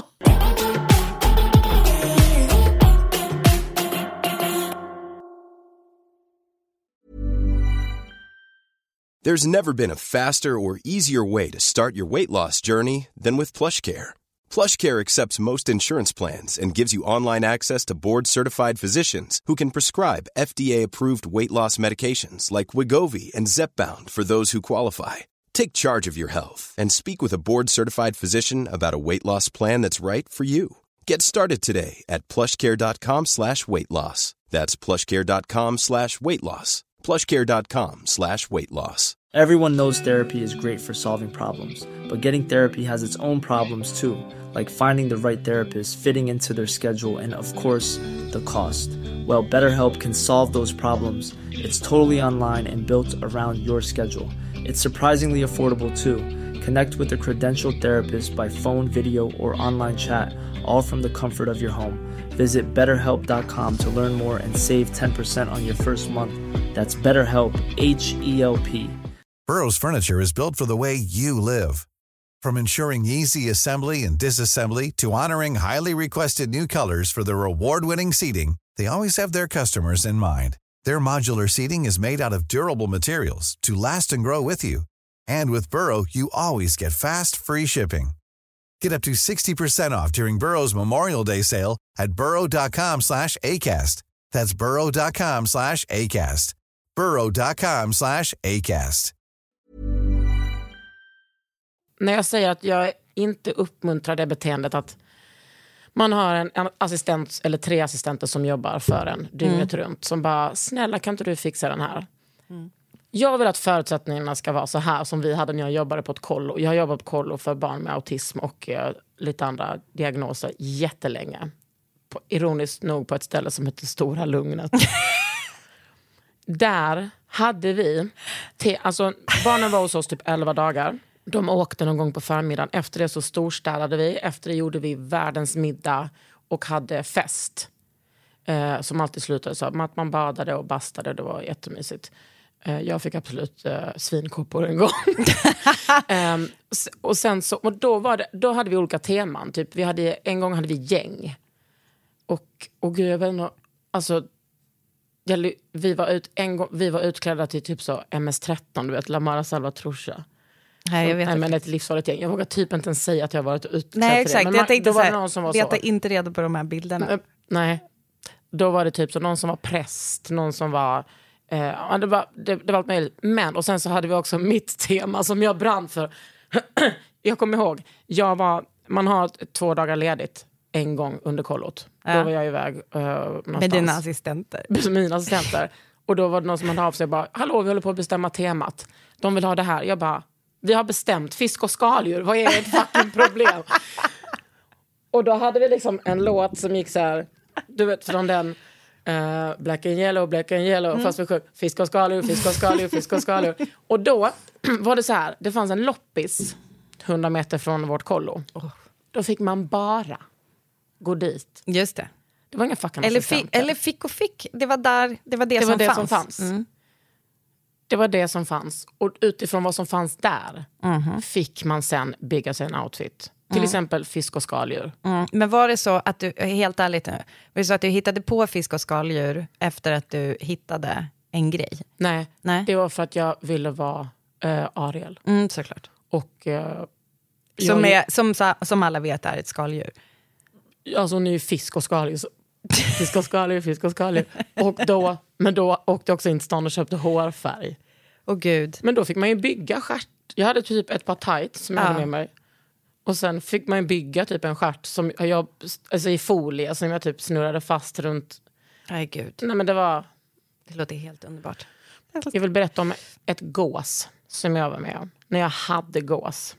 There's never been a faster or easier way to start your weight loss journey than with PlushCare. PlushCare accepts most insurance plans and gives you online access to board-certified physicians who can prescribe F D A-approved weight loss medications like Wegovy and Zepbound for those who qualify. Take charge of your health and speak with a board-certified physician about a weight loss plan that's right for you. Get started today at plushcare.com slash weight loss. That's plushcare.com slash weight loss. plushcare.com slash weight loss. Everyone knows therapy is great for solving problems, but getting therapy has its own problems too, like finding the right therapist, fitting into their schedule, and of course, the cost. Well, BetterHelp can solve those problems. It's totally online and built around your schedule. It's surprisingly affordable too. Connect with a credentialed therapist by phone, video, or online chat, all from the comfort of your home. Visit better help dot com to learn more and save ten percent on your first month. That's BetterHelp, H E L P. Burrow's furniture is built for the way you live. From ensuring easy assembly and disassembly to honoring highly requested new colors for their award-winning seating, they always have their customers in mind. Their modular seating is made out of durable materials to last and grow with you. And with Burrow, you always get fast, free shipping. Get up to sixty percent off during Burrow's Memorial Day sale at burrow.com slash ACAST. That's burrow.com slash ACAST. burrow.com slash ACAST. När jag säger att jag inte uppmuntrar det beteendet att man har en, en assistent eller tre assistenter som jobbar för en dygnet mm. runt som bara, snälla kan inte du fixa den här? Mm. Jag vill att förutsättningarna ska vara så här som vi hade när jag jobbade på ett kollo. Jag har jobbat på kollo för barn med autism och uh, lite andra diagnoser jättelänge. På, ironiskt nog på ett ställe som heter Stora Lugnet. Där hade vi, te, alltså barnen var hos oss typ elva dagar. De åkte någon gång på förmiddagen. Efter det så storstädade vi. Efter det gjorde vi världens middag och hade fest. Eh, som alltid slutade så att man badade och bastade. Det var jättemysigt. Eh, jag fick absolut eh, svinkoppor en gång. eh, och sen så, och då, var det, då hade vi olika teman. Typ, vi hade, en gång hade vi gäng. Och, och gud, jag vet inte, alltså... Jag, vi, var ut, en gång, vi var utklädda till typ så M S tretton, du vet, La Mara Salvatrucha. Nej, jag vet Nej, men ett livsfarligt gäng. Jag vågar typ inte ens säga att jag har varit utklädd. Nej, exakt. Men jag man, tänkte då var så här, det någon som var leta så. inte reda på de här bilderna. N- nej. Då var det typ så någon som var präst, någon som var eh, det var det, det var allt möjligt. Men och sen så hade vi också mitt tema som jag brann för. Jag kommer ihåg, jag var man har två dagar ledigt en gång under kollot. Ja. Då var jag iväg uh, någonstans. Med dina assistenter. Med mina assistenter. Och då var det någon som hade av sig och bara, hallå, vi håller på att bestämma temat. De vill ha det här. Jag bara, vi har bestämt fisk och skaldjur. Vad är ett fucking problem? Och då hade vi liksom en låt som gick så här, du vet, från den uh, Black and Yellow, Black and Yellow. Mm. Fast vi sjöng fisk och skaldjur, fisk och skaldjur, fisk och skaldjur. Och då var det så här, det fanns en loppis hundra meter från vårt kollo. Oh. Då fick man bara gå dit. Just det. Det var inga fucking eller, assistenter. fi, eller fick och fick. Det var, där, det, var det, det som, var det fanns. som fanns. Mm. Det var det som fanns. Och utifrån vad som fanns där Mm. fick man sen bygga sig en outfit. Till Mm. exempel fisk och skaldjur. Mm. Men var det så att du, helt ärligt nu, var det så att du hittade på fisk och skaldjur efter att du hittade en grej? Nej, Nej. det var för att jag ville vara äh, Ariel. Mm, såklart. Och, äh, som, jag, är, som, som alla vet är ett skaldjur. Alltså hon är ju fisk och skaldjur. Så, fisk och skaldjur, fisk och skaldjur. Och då, men då åkte jag också in till stan och köpte hårfärg. Åh gud. Men då fick man ju bygga stjärt. Jag hade typ ett par tights som jag Ja. hade med mig. Och sen fick man ju bygga typ en stjärt som jag, alltså i folie som jag typ snurrade fast runt. Nej gud. Nej men det var... Det låter helt underbart. Jag vill berätta om ett gås som jag var med om. När jag hade gås.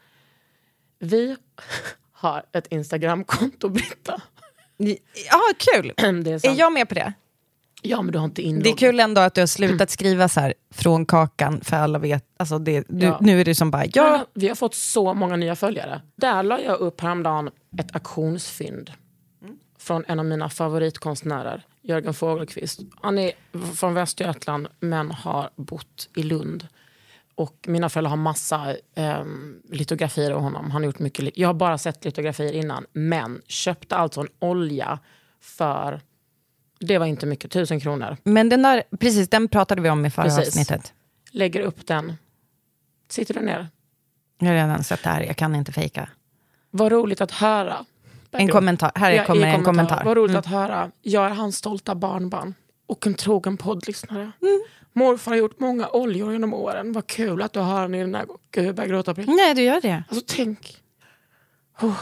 Vi har ett Instagramkonto, Britta. Ja, kul. Det är, är jag med på det? Ja, men du har inte inlogg. Det är kul ändå att du har slutat skriva så här från kakan för alla vet. Alltså det, du, Ja. Nu är det som bara, ja. Men vi har fått så många nya följare. Där la jag upp häromdagen ett auktionsfynd. Mm. Från en av mina favoritkonstnärer, Jörgen Fågelqvist. Han är från Västergötland men har bott i Lund. Och mina föräldrar har massa eh, litografier av honom. Han har gjort mycket. Jag har bara sett litografier innan. Men köpte alltså en olja för... Det var inte mycket, tusen kronor. Men den där, precis, den pratade vi om i förra Precis. avsnittet. Lägger upp den. Sitter du ner? Jag har redan sett det här, jag kan inte fejka. Vad roligt att höra. En kommentar, här Ja, kommer i en kommentar. Vad roligt Mm. att höra. Jag är hans stolta barnbarn. Och en trogen poddlyssnare. Mm. Morfar har gjort många oljor genom åren. Vad kul att du har den i den här. Gud, jag börjar gråta. Nej, du gör det. Alltså tänk. Oh.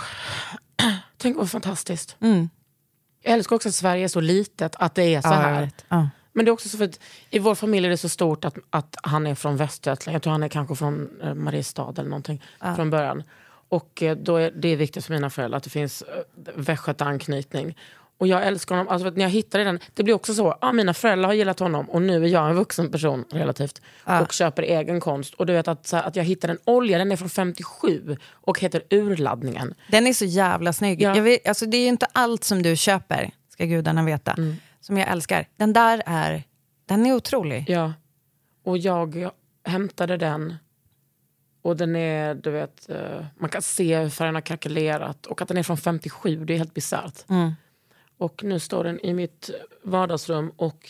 Tänk vad fantastiskt. Mm. Jag älskar också att Sverige är så litet. Att det är så Ja, här. jag vet. Ja. Men det är också så för att i vår familj är det så stort att, att han är från Västergötland. Jag tror han är kanske från eh, Mariestad eller någonting Ja. från början. Och eh, då är det är viktigt för mina föräldrar att det finns eh, västgötaanknytning. Och jag älskar honom. Alltså för att när jag hittade den, det blir också så. Ja, mina föräldrar har gillat honom och nu är jag en vuxen person relativt. Ja. Och köper egen konst. Och du vet att, så här, att jag hittade en olja, den är från femtiosju och heter Urladdningen. Den är så jävla snygg. Ja. Jag vet, alltså, det är ju inte allt som du köper, ska gudarna veta. Mm. Som jag älskar. Den där är, den är otrolig. Ja. Och jag hämtade den. Och den är, du vet, eh, man kan se hur färgen har krackelerat. Och att den är från femtiosju, det är helt bisarrt. Mm. Och nu står den i mitt vardagsrum och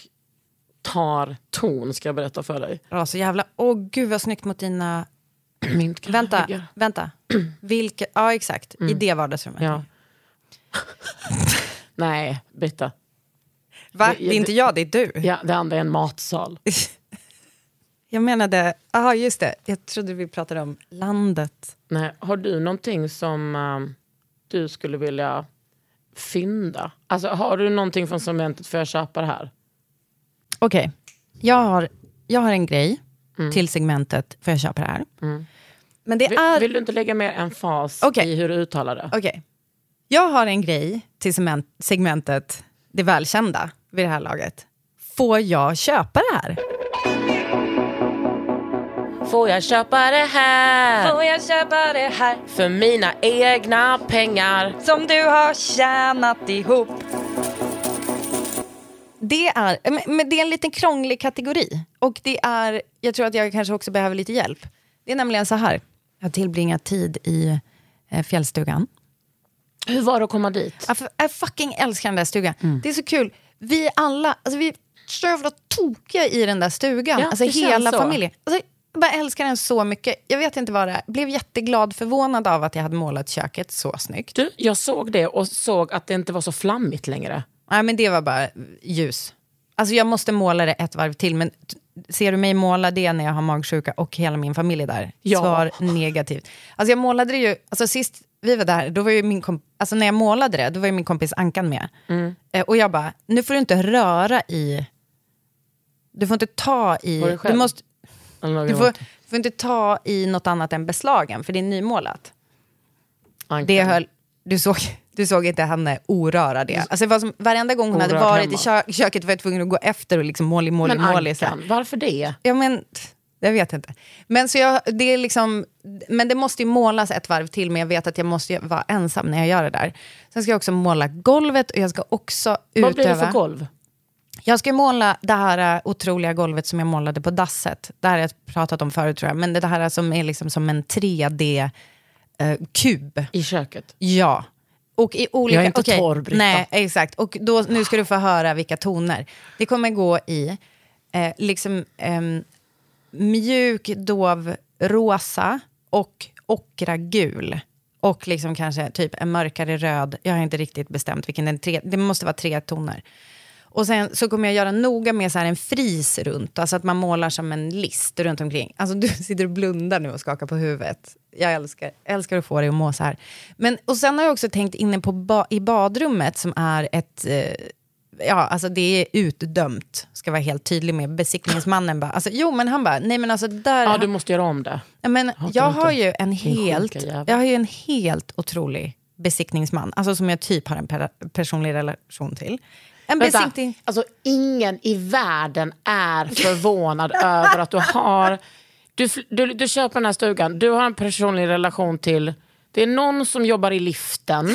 tar ton, ska jag berätta för dig. Ja, så jävla, åh gud vad snyggt mot dina... Mint Vänta, vänta. Vilka, ja exakt, Mm. i det vardagsrummet. Ja. Nej, Britta. Va? Det- Det är inte jag, det är du. Ja, det andra är en matsal. Jag menade, ja just det, jag trodde vi pratade om landet. Nej, har du någonting som um, du skulle vilja fynda? Alltså har du någonting från segmentet för jag köpa det här? Okej, okay. jag, har, jag har en grej Mm. till segmentet för jag köper det här. Mm. Men det vill, är... vill du inte lägga mer en fas Okay. i hur du uttalar det? Okej, okay. Jag har en grej till segment, segmentet det välkända vid det här laget. Får jag köpa det här? Får jag köpa det här? Får jag köpa det här? För mina egna pengar. Som du har tjänat ihop. Det är, men- men det är en liten krånglig kategori. Och det är, jag tror att jag kanske också behöver lite hjälp. Det är nämligen så här. Jag har tillbringat tid i eh, fjällstugan. Hur var det att komma dit? Jag, f- jag fucking älskar den där stugan. Mm. Det är så kul. Vi alla, alltså vi är så jävla tokiga i den där stugan. Ja, alltså det känns hela så. familjen. Alltså, jag bara älskar den så mycket. Jag vet inte vad det är. Blev jätteglad, förvånad av att jag hade målat köket så snyggt. Du, jag såg det och såg att det inte var så flammigt längre. Nej, men det var bara ljus. Alltså jag måste måla det ett varv till. Men t- ser du mig måla det när jag har magsjuka och hela min familj är där? Ja. Svar negativt. Alltså jag målade det ju, alltså sist vi var där, då var ju min komp- alltså när jag målade det, då var ju min kompis Ankan med. Mm. Eh, och jag bara, nu får du inte röra i, du får inte ta i, Var det själv? du måste, Eller någon du får, annan. du får inte ta i något annat än beslagen, för det är nymålat. Ankan. Det höll, du såg, du såg inte henne oröra det. Alltså det var som, varenda gång hon hade Orörd varit hemma. i kö- köket var jag tvungen att gå efter och liksom mål i mål i Men mål i så här. Ankan, varför det? Ja men, Det vet jag inte. Men, så jag, det är liksom, men det måste ju målas ett varv till, men jag vet att jag måste vara ensam när jag gör det där. Sen ska jag också måla golvet och jag ska också utöva... Vad blir det för golv? Jag ska måla det här otroliga golvet som jag målade på dasset. Det här har jag pratat om förut tror jag. Men det här som är liksom som en tre D-kub. I köket? Ja. Och i olika, jag är inte okay, torr, Britta. Nej, exakt. Och då, nu ska du få höra vilka toner. Det kommer gå i eh, liksom eh, mjuk, dov, rosa och ockra gul. Och liksom kanske typ en mörkare röd. Jag har inte riktigt bestämt vilken den tre. Det måste vara tre toner. Och sen så kommer jag göra noga med så här en fris runt. Alltså att man målar som en list runt omkring. Alltså du sitter och blundar nu och skakar på huvudet. Jag älskar, älskar att få dig att må så här. Men, och sen har jag också tänkt inne på ba- i badrummet som är ett... Eh, ja, alltså det är utdömt. Ska vara helt tydlig med. Besiktningsmannen bara... Alltså, jo, men han bara... Nej, men alltså där... Ja, du måste göra om det. Ja, men jag, jag har ju en helt... Jag har ju en helt otrolig besiktningsman. Alltså som jag typ har en per- personlig relation till. En besiktning. Alltså ingen i världen är förvånad över att du har du, du, du köper den här stugan, du har en personlig relation till, det är någon som jobbar i liften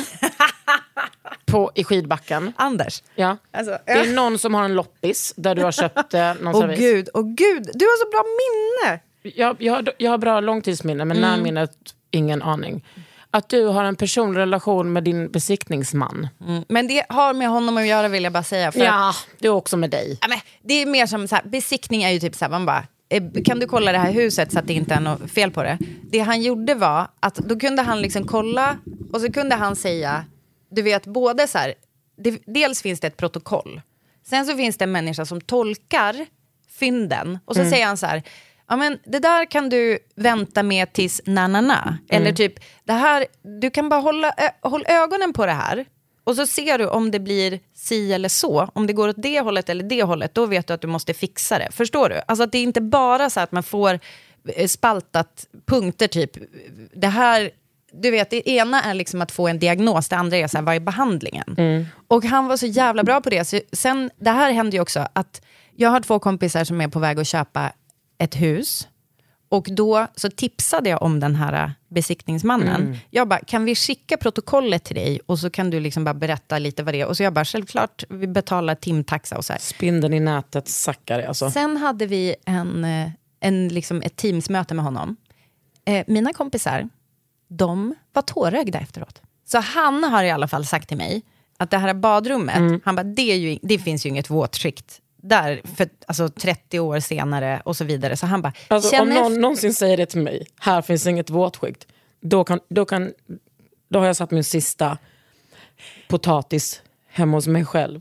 på, i skidbacken. Anders. Ja. Alltså, det är någon som har en loppis där du har köpt eh, någon Åh servis. gud, åh gud, du har så bra minne. Jag, jag, har, jag har bra långtidsminne, men mm. närminnet ingen aning. Att du har en personlig relation med din besiktningsman. Mm. Men det har med honom att göra, vill jag bara säga. För ja, att, det är också med dig. Ja, men det är mer som så här, besiktning är ju typ så här, man bara, kan du kolla det här huset så att det inte är något fel på det? Det han gjorde var att då kunde han liksom kolla och så kunde han säga, du vet, både så här, det, dels finns det ett protokoll. Sen så finns det en människa som tolkar fynden och så mm. säger han så här, ja men det där kan du vänta med tills na-na-na. Mm. Eller typ, det här, du kan bara hålla ö- håll ögonen på det här. Och så ser du om det blir si eller så. Om det går åt det hållet eller det hållet, då vet du att du måste fixa det. Förstår du? Alltså att det är inte bara så att man får spaltat punkter typ. Det här, du vet, det ena är liksom att få en diagnos. Det andra är så här, vad är behandlingen? Mm. Och han var så jävla bra på det. Så sen, det här hände ju också att jag har två kompisar som är på väg att köpa ett hus. Och då så tipsade jag om den här besiktningsmannen. Mm. Jag bara, kan vi skicka protokollet till dig? Och så kan du liksom bara berätta lite vad det är. Och så jag bara, självklart, vi betalar timtaxa och så här. Spindeln i nätet sackar alltså. Sen hade vi en, en, liksom ett teamsmöte med honom. Eh, mina kompisar, de var tårögda efteråt. Så han har i alla fall sagt till mig att det här badrummet, mm. han bara, det, är ju, det finns ju inget våtskikt där för alltså trettio år senare och så vidare. Så han bara, alltså, om någon någonsin säger det till mig, här finns inget våtskikt, då kan, då kan då har jag satt min sista potatis hemma hos mig själv.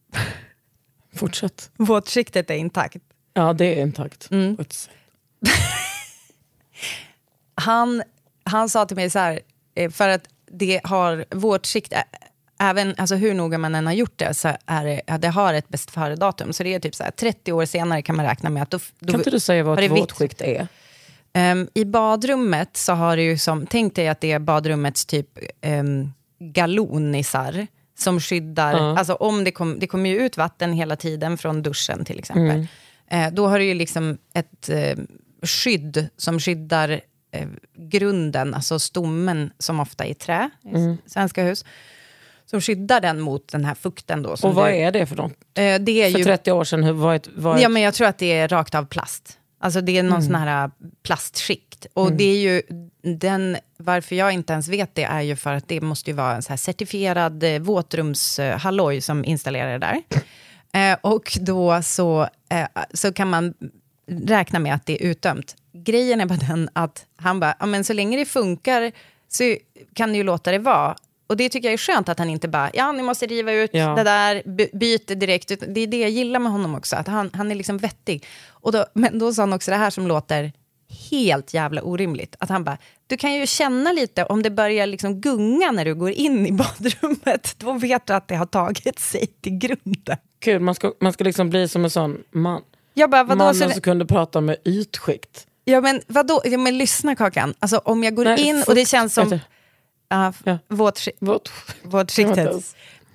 Fortsätt. Våtskiktet är intakt. Ja, det är intakt. Mm. han, han sa till mig så här, för att det har våtskikt även, alltså hur noga man än har gjort det så är det, ja, det har ett bäst före datum. Så det är typ så här, trettio år senare kan man räkna med att då, då kan inte du säga vad ett våtskikt är? Um, I badrummet så har det ju som, tänk dig att det är badrummets typ um, galonisar som skyddar, uh. alltså om det, kom, det kommer ju ut vatten hela tiden från duschen till exempel. Mm. Uh, då har det ju liksom ett uh, skydd som skyddar uh, grunden, alltså stommen som ofta är i trä i mm. svenska hus. Som skyddar den mot den här fukten då. Som och vad du, är det för något? Eh, det är för ju, trettio år sedan, hur, vad är, vad är... Ja, men jag tror att det är rakt av plast. Alltså det är någon mm. sån här plastskikt. Och mm. det är ju den, varför jag inte ens vet det är ju för att det måste ju vara en så här certifierad eh, våtrumshalloj som installerar det där. Eh, och då så, eh, så kan man räkna med att det är utdömt. Grejen är bara den att han bara, ja men så länge det funkar så kan du ju låta det vara. Och det tycker jag är skönt att han inte bara, ja ni måste riva ut ja. det där, by- byta direkt. Det är det jag gillar med honom också, att han, han är liksom vettig. Och då, men då sa han också det här som låter helt jävla orimligt. Att han bara, du kan ju känna lite om det börjar liksom gunga när du går in i badrummet. Då vet du att det har tagit sig till grunden. Kul, man ska, man ska liksom bli som en sån man. Jag bara, vadå, mannen så som kunde prata med ytskikt. Ja men vadå, ja, men lyssna Kakan. Alltså om jag går Nej, in fukt, och det känns som... Uh, ja. våtsk- Våt. våtskiktet.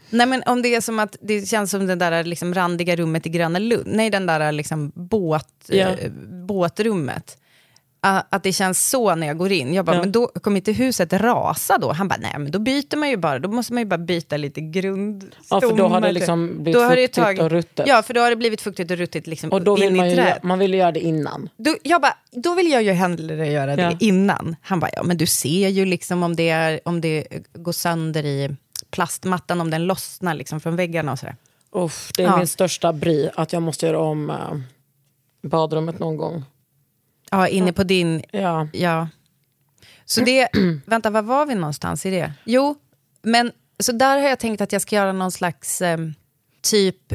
Nej, men om det är som att det känns som det där liksom randiga rummet i Gröna Lund. Nej, den där liksom båt, ja. äh, båtrummet. Uh, att det känns så när jag går in. Jag bara, ja. men då kommer inte huset rasa då? Han bara, nej men då byter man ju bara. Då måste man ju bara byta lite grundstommar. Ja, för då har det liksom blivit då fuktigt tagit, och ruttet. Ja, för då har det blivit fuktigt och ruttigt liksom. Och då vill man ju, man vill ju göra det innan. Då, jag bara, då vill jag ju hellre göra det ja. innan. Han bara, ja men du ser ju liksom om det, är, om det går sönder i plastmattan, om den lossnar liksom från väggarna och sådär. Uff, det är ja. min största bry att jag måste göra om äh, badrummet någon gång. Ja, inne på din... Ja. ja. Så det... vänta, var var vi någonstans i det? Jo, men så där har jag tänkt att jag ska göra någon slags eh, typ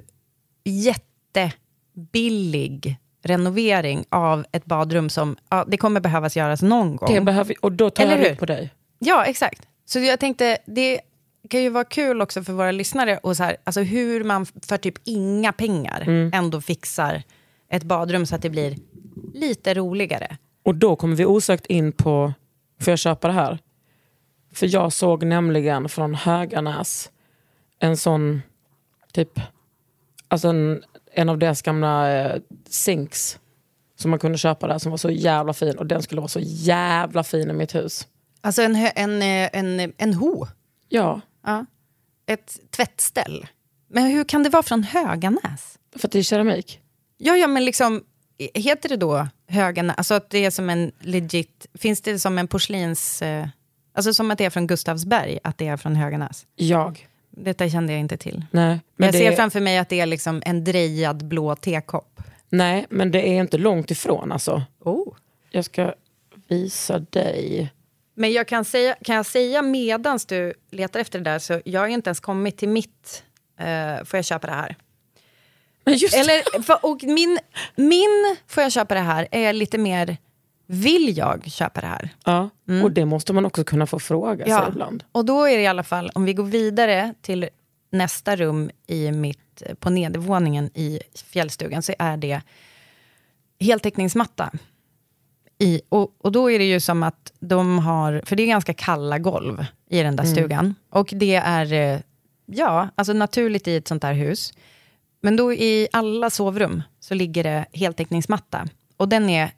jättebillig renovering av ett badrum som... Ja, det kommer behövas göras någon gång. Det behöver, och då tar Eller jag det på dig. Ja, exakt. Så jag tänkte, det kan ju vara kul också för våra lyssnare och så här, alltså hur man för typ inga pengar mm. ändå fixar ett badrum så att det blir lite roligare. Och då kommer vi osökt in på, får jag köpa det här? För jag såg nämligen från Höganäs en sån typ, alltså en, en av deras gamla eh, sinks som man kunde köpa där som var så jävla fin. Och den skulle vara så jävla fin i mitt hus. Alltså en, en, en, en ho? Ja. ja. Ett tvättställ. Men hur kan det vara från Höganäs? För att det är keramik. Ja, ja, men liksom, heter det då Höganäs? Alltså att det är som en legit, finns det som en porslins, eh, alltså som att det är från Gustavsberg, att det är från Höganäs? Jag. Detta kände jag inte till. Nej, men jag det ser är... framför mig att det är liksom en drejad blå tekopp. Nej, men det är inte långt ifrån alltså. Oh. Jag ska visa dig. Men jag kan säga, kan jag säga medans du letar efter det där, så jag har ju inte ens kommit till mitt, uh, får jag köpa det här? Men just Eller, för, och min, min får jag köpa det här är lite mer, vill jag köpa det här? Ja, mm. och det måste man också kunna få fråga ja. sig ibland. Och då är det i alla fall, om vi går vidare till nästa rum i mitt, på nedervåningen i fjällstugan, så är det heltäckningsmatta. I, och, och då är det ju som att de har, för det är ganska kalla golv i den där mm. stugan. Och det är, ja, alltså naturligt i ett sånt här hus. Men då i alla sovrum så ligger det heltäckningsmatta. Och den är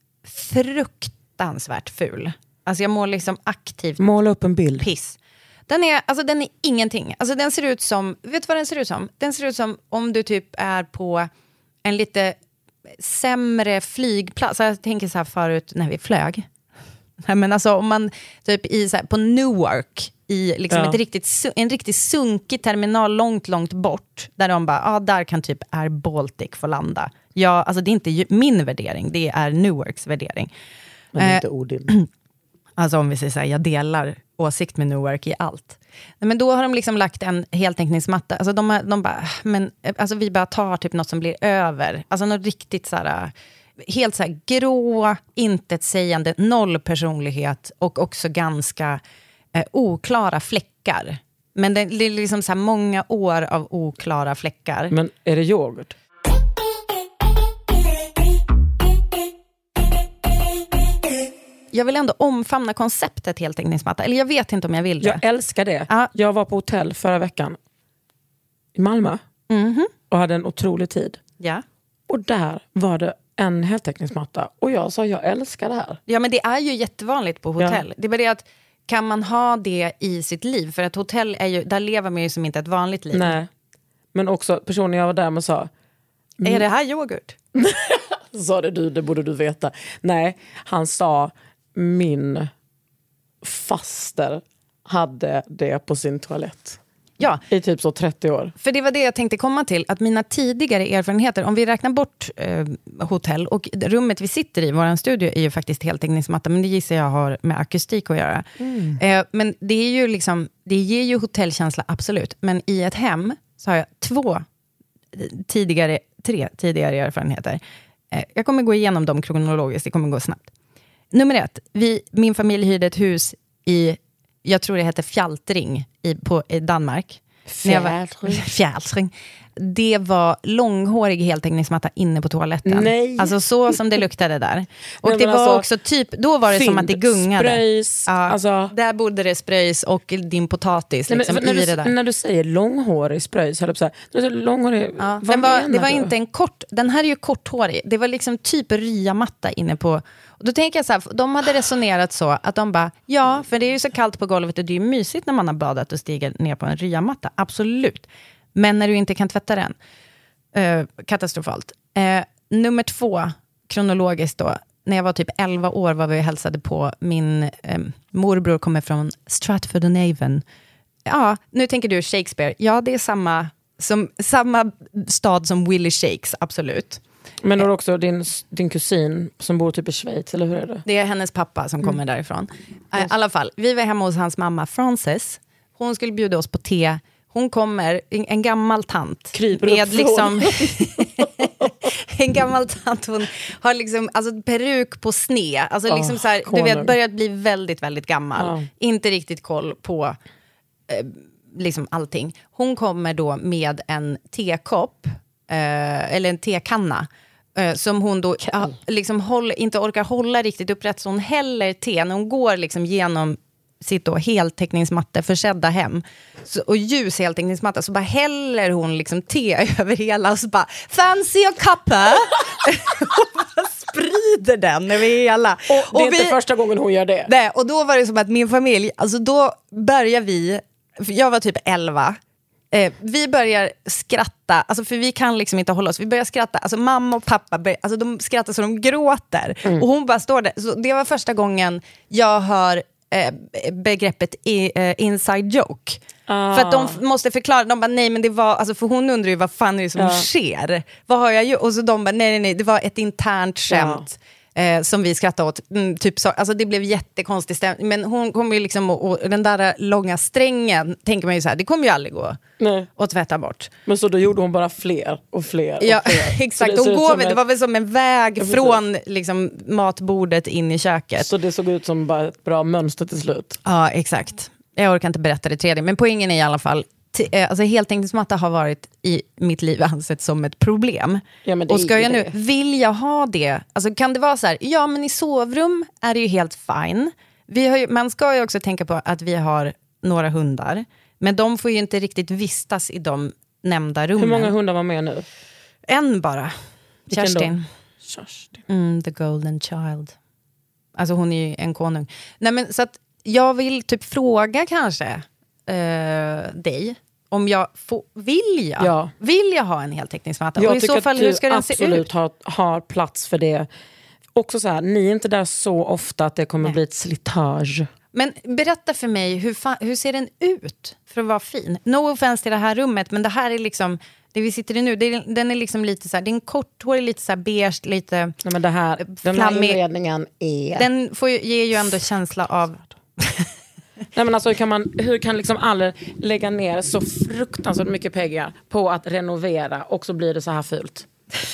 fruktansvärt ful. Alltså jag mår liksom aktivt måla upp en bild. Piss. Den är, alltså den är ingenting. Alltså den ser ut som, vet du vad den ser ut som? Den ser ut som om du typ är på en lite sämre flygplats. Jag tänker så här förut när vi flög. Men alltså om man typ i så här, på Newark i liksom ja. ett riktigt, en riktigt sunkig terminal långt, långt bort. Där de bara, ja ah, där kan typ Air Baltic få landa. Ja, alltså det är inte min värdering, det är Newarks värdering. Men det är inte Odin. Alltså om vi säger så här, jag delar åsikt med Newark i allt. Men då har de liksom lagt en heltäckningsmatta. Alltså de, de bara, men alltså vi bara tar typ något som blir över. Alltså något riktigt så här, helt så här grå, intetsägande, noll personlighet och också ganska eh, oklara fläckar. Men det, det är liksom så här många år av oklara fläckar. Men är det yoghurt? Jag vill ändå omfamna konceptet heltäckningsmatta. Eller jag vet inte om jag vill det. Jag älskar det. Ja. Jag var på hotell förra veckan i Malmö. Mm-hmm. Och hade en otrolig tid. Ja. Och där var det en heltäckningsmatta. Och jag sa, jag älskar det här. Ja, men det är ju jättevanligt på hotell. Ja. Det är bara det att, kan man ha det i sitt liv? För att hotell är ju, där lever man ju som inte ett vanligt liv. Nej. Men också personen jag var där med sa... Är det här yoghurt? Sa det du, det borde du veta. Nej, han sa... Min faster hade det på sin toalett. Ja. I typ så trettio år. För det var det jag tänkte komma till. Att mina tidigare erfarenheter, om vi räknar bort eh, hotell, och rummet vi sitter i, vår studio, är ju faktiskt heltäckningsmatta. Men det gissar jag har med akustik att göra. Mm. Eh, men det är ju liksom, det ger ju hotellkänsla, absolut. Men i ett hem så har jag två tidigare, tre tidigare erfarenheter. Eh, jag kommer gå igenom dem kronologiskt, det kommer gå snabbt. Nummer ett, vi, min familj hyrde ett hus i, jag tror det heter Fjaltring i, på, i Danmark. Fjällring. Fjällring. Det var långhårig heltäckningsmatta inne på toaletten. Nej. Alltså så som det luktade där. Och Nej, det var alltså, också typ, då var det fynd, som att det gungade. Spröjs, ja, alltså. Där bodde det spröjs och din potatis Nej, liksom, men, när, i du, det där. när du säger långhårig spröjs, jag så här, när du säger långhårig, ja, vad den var, menar det var du? inte en kort, den här är ju korthårig. Det var liksom typ ryamatta inne på. Och då tänker jag så här, de hade resonerat så att de bara, ja, för det är ju så kallt på golvet och det är ju mysigt när man har badat och stiger ner på en ryamatta. Absolut. Men när du inte kan tvätta den. Uh, katastrofalt. Uh, nummer två, kronologiskt då. När jag var typ elva år var vi och hälsade på min um, morbror kommer från Stratford-on-Avon. Ja, nu tänker du Shakespeare. Ja, det är samma, som, samma stad som Willie Shakes, absolut. Men då är det också din, din kusin som bor typ i Schweiz, eller hur är det? Det är hennes pappa som kommer mm. därifrån. Uh, I alla fall, vi var hemma hos hans mamma Frances. Hon skulle bjuda oss på te. Hon kommer, en, en gammal tant. Kryper med upp liksom en gammal tant, hon har liksom alltså peruk på sne. Alltså oh, liksom så här, du vet, börjat bli väldigt, väldigt gammal. Oh. Inte riktigt koll på eh, liksom allting. Hon kommer då med en tekopp, eh, eller en tekanna. Eh, som hon då ja, liksom håll, inte orkar hålla riktigt upprätt. Så hon häller te när hon går liksom genom sitt då heltäckningsmatta försedda hem så, och ljus heltäckningsmatta, så bara häller hon liksom te över hela och så bara fancy a cuppa och sprider den över hela. Och det och är vi, inte första gången hon gör det. Nej, och då var det som att min familj, alltså då börjar vi, jag var typ elva, eh, vi börjar skratta, alltså för vi kan liksom inte hålla oss, vi börjar skratta, alltså mamma och pappa börjar, alltså de skrattar så de gråter mm. och hon bara står där, så det var första gången jag hör begreppet i, uh, inside joke. Ah. För att de måste förklara, de bara nej men det var, alltså för hon undrar ju vad fan är det som ja. sker? Vad har jag gjort? Och så de bara nej nej nej, det var ett internt skämt. Ja. Eh, som vi skrattade åt. Mm, typ så, alltså det blev jättekonstigt stämning. Men hon kommer ju liksom, och, och den där långa strängen, tänker man ju så här, det kommer ju aldrig gå nej. att tvätta bort. Men så då gjorde hon bara fler och fler och ja, fler. Exakt, hon går med, det var väl som en väg från liksom, matbordet in i köket. Så det såg ut som bara ett bra mönster till slut. Ja, exakt. Jag orkar inte berätta det tredje, men poängen är i alla fall T- alltså heltäckningsmatta har varit i mitt liv ansett som ett problem. Ja, och ska jag nu, vill jag ha det? Alltså kan det vara så här, ja men i sovrum är det ju helt fine. Vi har ju, man ska ju också tänka på att vi har några hundar. Men de får ju inte riktigt vistas i de nämnda rummen. Hur många hundar var med nu? En bara. Vilken Kerstin. Kerstin. Mm, the golden child. Alltså hon är ju en konung. Nej men så att jag vill typ fråga kanske Uh, dig om jag får, vill jag ja. vill jag ha en heltäckningsmatta jag och i så fall hur ska den se ut? Jag absolut har, har plats för det också så här, ni är inte där så ofta att det kommer Nej. bli ett slitage. Men berätta för mig hur, fa- hur ser den ut för att vara fin? No offense till det här rummet, men det här är liksom det vi sitter i nu, det är, den är liksom lite så här, det är en korthårig, lite så här beige, lite Nej, men det här, den här inredningen är den får ju, ger ju ändå känsla av Nej men alltså hur kan man hur kan liksom alla lägga ner så fruktansvärt mycket pengar på att renovera och så blir det så här fult.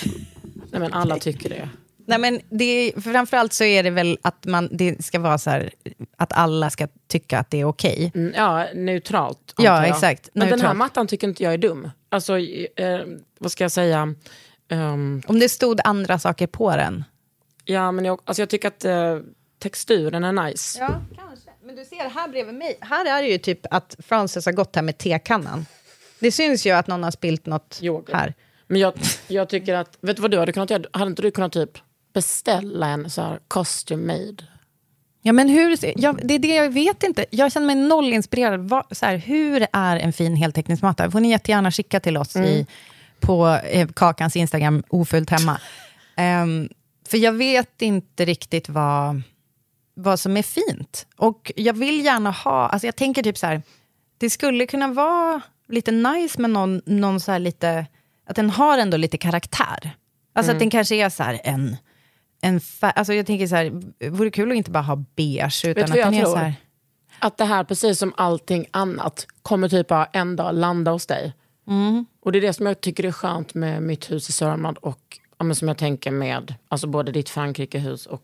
Nej men alla tycker det. Nej men det framförallt så är det väl att man det ska vara så här att alla ska tycka att det är okej. Okay. Mm, ja, neutralt. Ja, exakt. Men neutralt. Den här mattan tycker inte jag är dum. Alltså eh, vad ska jag säga? Um, Om det stod andra saker på den. Ja, men jag alltså jag tycker att eh, texturen är nice. Ja, kanske. Men du ser här bredvid mig, här är det ju typ att Frances har gått här med tekannan. Det syns ju att någon har spilt något Yoga. här. Men jag, jag tycker att, vet du vad du hade kunnat göra? Hade inte du kunnat typ beställa en så här costume made? Ja men hur, ja, det är det jag vet inte. Jag känner mig noll inspirerad. Va, så här, hur är en fin heltäckningsmatta? Får ni jättegärna skicka till oss mm. i, på eh, Kakans Instagram, ofullt hemma. Um, för jag vet inte riktigt vad... vad som är fint. Och jag vill gärna ha, alltså jag tänker typ så här, det skulle kunna vara lite nice med någon, någon så här lite, att den har ändå lite karaktär. Alltså mm. att den kanske är så här en, en fär, alltså jag tänker så här, vore kul att inte bara ha beige utan att den är så här. Att det här, precis som allting annat, kommer typ bara en dag landa hos dig. Mm. Och det är det som jag tycker är skönt med mitt hus i Sörmland och ja, men som jag tänker med, alltså både ditt Frankrikehus och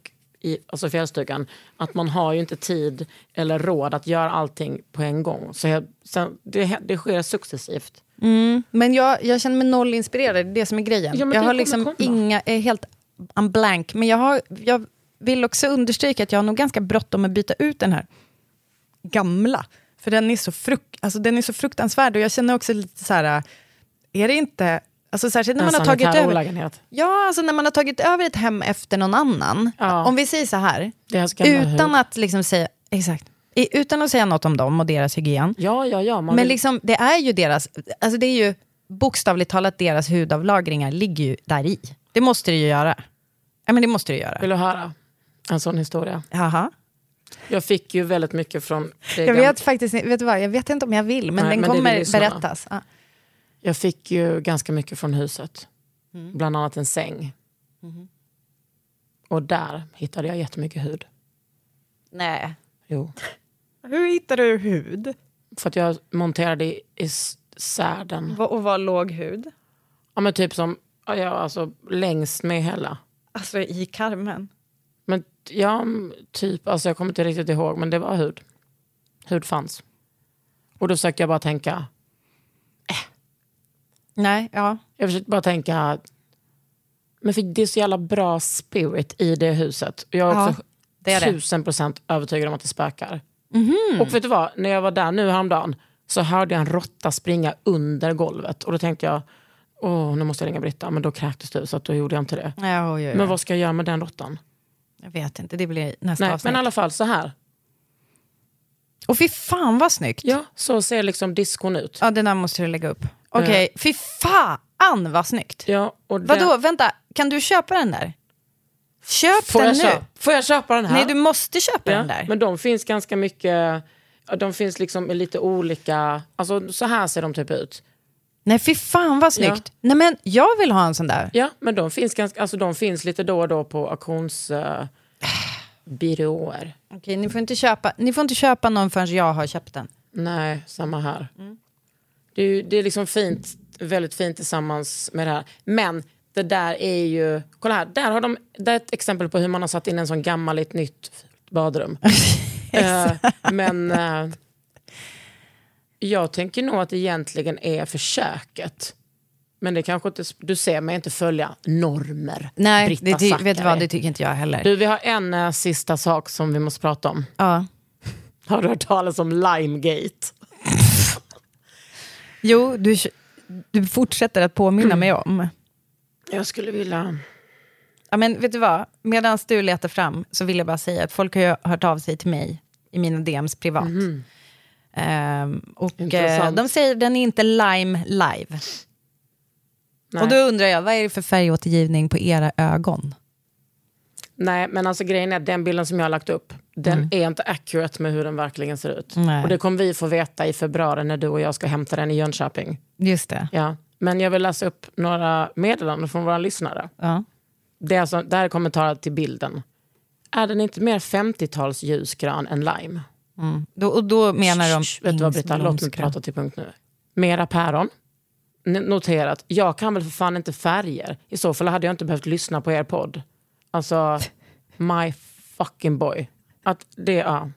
i alltså fjällstugan att man har ju inte tid eller råd att göra allting på en gång. Så jag, sen, det, det sker successivt. Mm. Men jag, jag känner mig noll inspirerad, det är det som är grejen. Ja, jag har liksom komma. inga, är helt I'm blank. Men jag, har, jag vill också understryka att jag har nog ganska bråttom att byta ut den här gamla. För den är så, fruk- alltså, den är så fruktansvärd. Och jag känner också lite så här, är det inte... Alltså särskilt när man har tagit över. Ja, alltså när man har tagit över ett hem efter någon annan. Ja. Om vi säger så här, utan att liksom säga exakt, utan att säga något om dem och deras hygien. Ja, ja, ja. Men vill... liksom det är ju deras, alltså det är ju bokstavligt talat deras hudavlagringar ligger ju där i. Det måste det ju göra. Ja, men det måste det göra. Vill du höra en sån historia? Jaha. Jag fick ju väldigt mycket från Jag vet faktiskt, vet du vad, jag vet inte om jag vill, men Nej, den men kommer berättas. Ja. Jag fick ju ganska mycket från huset. Mm. Bland annat en säng. Mm. Och där hittade jag jättemycket hud. Nej. Jo. Hur hittade du hud? För att jag monterade i, i särden. Och vad låg hud? Ja, men typ som, ja, alltså längst med hela. Alltså i karmen? Men ja, typ, alltså jag kommer inte riktigt ihåg, men det var hud. Hud fanns. Och då försökte jag bara tänka... Nej, ja. Jag försökte bara tänka, men för det är så jävla bra spirit i det huset. Jag är också ja, är tusen procent övertygad om att det spökar. Mm-hmm. Och vet du vad, när jag var där nu häromdagen så hörde jag en råtta springa under golvet. Och då tänkte jag, åh, nu måste jag ringa Britta. Men då kräktes du, så att då gjorde jag inte det. Ja, oj, oj, oj. Men vad ska jag göra med den råttan? Jag vet inte, det blir nästa Nej, avsnitt. men i alla fall så här. Och fy fan vad snyggt. Ja, så ser liksom diskon ut. Ja, den där måste du lägga upp. Okej, okay. uh. Fy fan vad snyggt. Ja, och den... Vadå, vänta, kan du köpa den där? Köp Får den jag nu. Köpa? Får jag köpa den här? Nej, du måste köpa ja, den där. Men de finns ganska mycket, de finns liksom i lite olika, alltså så här ser de typ ut. Nej, fy fan vad snyggt. Ja. Nej, men jag vill ha en sån där. Ja, men de finns ganska, alltså de finns lite då och då på auktionsbyråer. Uh, Okej, ni får inte köpa, ni får inte köpa någon förrän jag har köpt den. Nej, samma här. Mm. Det är, det är liksom fint, väldigt fint tillsammans med det här. Men det där är ju, kolla här, där har de, det är ett exempel på hur man har satt in en sån gammal i ett nytt badrum. uh, men uh, jag tänker nog att det egentligen är försöket. Men det kanske inte, du ser mig inte följa normer. Nej, Britta det ty- vet du vad, det tycker inte jag heller. Du, vi har en uh, sista sak som vi måste prata om. Ja. Har du hört talas om Limegate? Jo, du, du fortsätter att påminna mm. mig om. Jag skulle vilja... Ja, men vet du vad? Medan du letar fram så vill jag bara säga att folk har ju hört av sig till mig i mina D Ms privat. Mm. Um, och uh, de säger att den är inte Lime live. Nej. Och då undrar jag, vad är det för färgåtergivning på era ögon? Nej, men alltså grejen är att den bilden som jag har lagt upp, den mm. är inte accurate med hur den verkligen ser ut. Nej. Och det kommer vi få veta i februari när du och jag ska hämta den i Jönköping. Just det. Ja. Men jag vill läsa upp några meddelanden från våra lyssnare. Ja. Det, är alltså, det här är kommentarer till bilden. Är den inte mer femtio-tals ljusgrön än lime? Mm. Då, och då menar de... Shh, vet du vad, Britta? Låt mig prata till punkt nu. Mera päron. Noterat. Jag kan väl för fan inte färger. I så fall hade jag inte behövt lyssna på er podd. Alltså, my fucking boy. Att det är... Ja.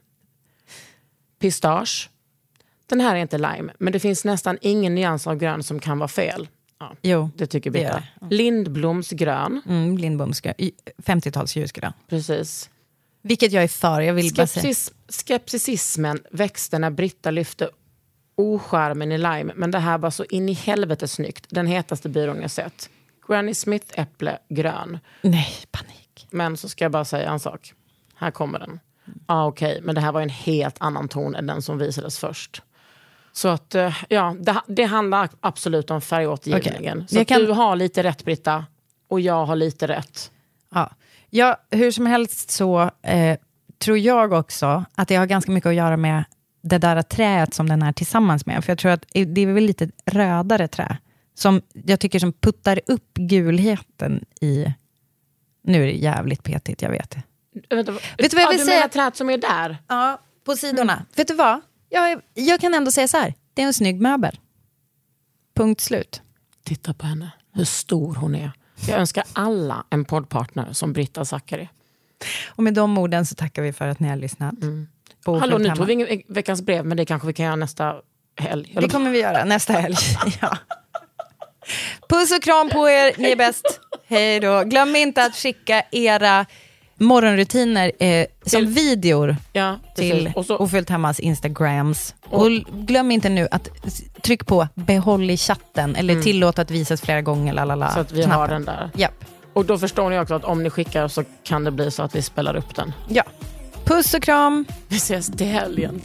Pistage. Den här är inte lime. Men det finns nästan ingen nyans av grön som kan vara fel. Ja, jo, det tycker Britta. Det det. Lindblomsgrön. Mm, Lindblomsgrön. femtio-tals ljusgrön. Precis. Vilket jag är för. Jag vill Skepsis, skepticismen växte när Britta lyfte oskärmen i lime. Men det här var så in i helvete snyggt. Den hetaste byrån jag sett. Granny Smith äpple grön. Nej, panik. Men så ska jag bara säga en sak. Här kommer den. Ja, ah, okej. Okay. Men det här var en helt annan ton än den som visades först. Så att, ja, det, det handlar absolut om färgåtergivningen. Okay. Så att kan... du har lite rätt, Britta. Och jag har lite rätt. Ja, ja hur som helst så eh, tror jag också att det har ganska mycket att göra med det där träet som den är tillsammans med. För jag tror att det är väl lite rödare trä. Som jag tycker som puttar upp gulheten i... Nu är det jävligt petigt, jag vet det. Vänta, vet du vad jag vill ja, du säga? menar träet som är där? Ja, på sidorna. Mm. Vet du vad? Jag, jag kan ändå säga så här. Det är en snygg möbel. Punkt slut. Titta på henne. Hur stor hon är. Jag önskar alla en poddpartner som Britta Zackari. Och med de orden så tackar vi för att ni har lyssnat. Mm. Hallå, nu tog vi ingen veckans brev, men det kanske vi kan göra nästa helg. Det kommer vi göra nästa helg. Ja. Puss och kram på er, ni är bäst. Hej då. Glöm inte att skicka era morgonrutiner eh, som till, videor ja, till och så, Ofyllt Hemmas Instagrams. Och, och glöm inte nu att tryck på behåll i chatten eller mm. tillåt att visas flera gånger. Lalala, så att vi knappen. Har den där. Japp. Och då förstår ni också att om ni skickar så kan det bli så att vi spelar upp den. Ja. Puss och kram. Vi ses till helgen.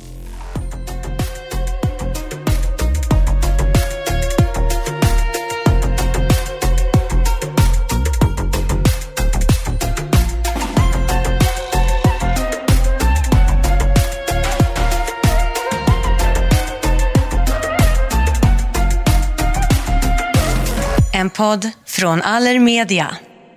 En podd från Allermedia.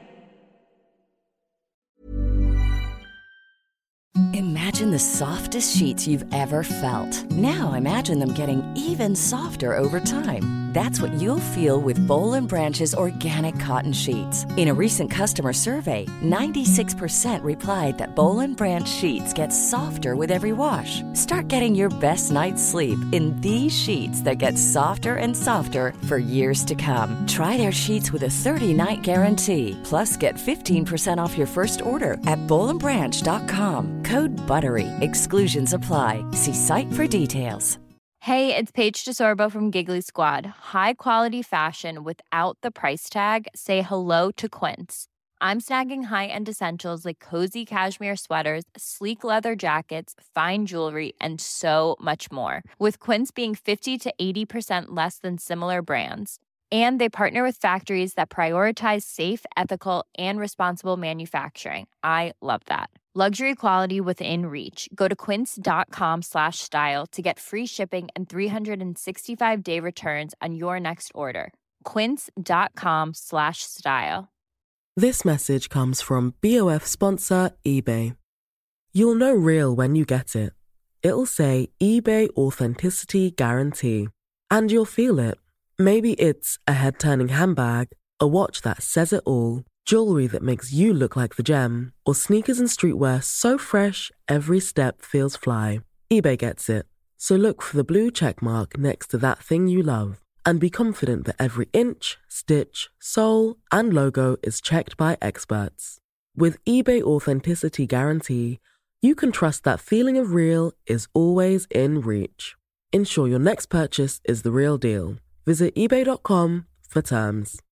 Imagine the softest sheets you've ever felt. Now imagine them getting even softer over time. That's what you'll feel with Boll and Branch's organic cotton sheets. In a recent customer survey, ninety-six percent replied that Boll and Branch sheets get softer with every wash. Start getting your best night's sleep in these sheets that get softer and softer for years to come. Try their sheets with a thirty-night guarantee. Plus, get fifteen percent off your first order at boll and branch dot com. Code BUTTERY. Exclusions apply. See site for details. Hey, it's Paige DeSorbo from Giggly Squad. High quality fashion without the price tag. Say hello to Quince. I'm snagging high-end essentials like cozy cashmere sweaters, sleek leather jackets, fine jewelry, and so much more. With Quince being fifty to eighty percent less than similar brands. And they partner with factories that prioritize safe, ethical, and responsible manufacturing. I love that. Luxury quality within reach. Go to quince.com slash style to get free shipping and three sixty-five day returns on your next order. Quince.com slash style. This message comes from B O F sponsor eBay. You'll know real when you get it. It'll say eBay Authenticity Guarantee. And you'll feel it. Maybe it's a head-turning handbag, a watch that says it all, jewelry that makes you look like the gem, or sneakers and streetwear so fresh every step feels fly. eBay gets it. So look for the blue check mark next to that thing you love and be confident that every inch, stitch, sole, and logo is checked by experts. With eBay Authenticity Guarantee, you can trust that feeling of real is always in reach. Ensure your next purchase is the real deal. Visit ebay dot com for terms.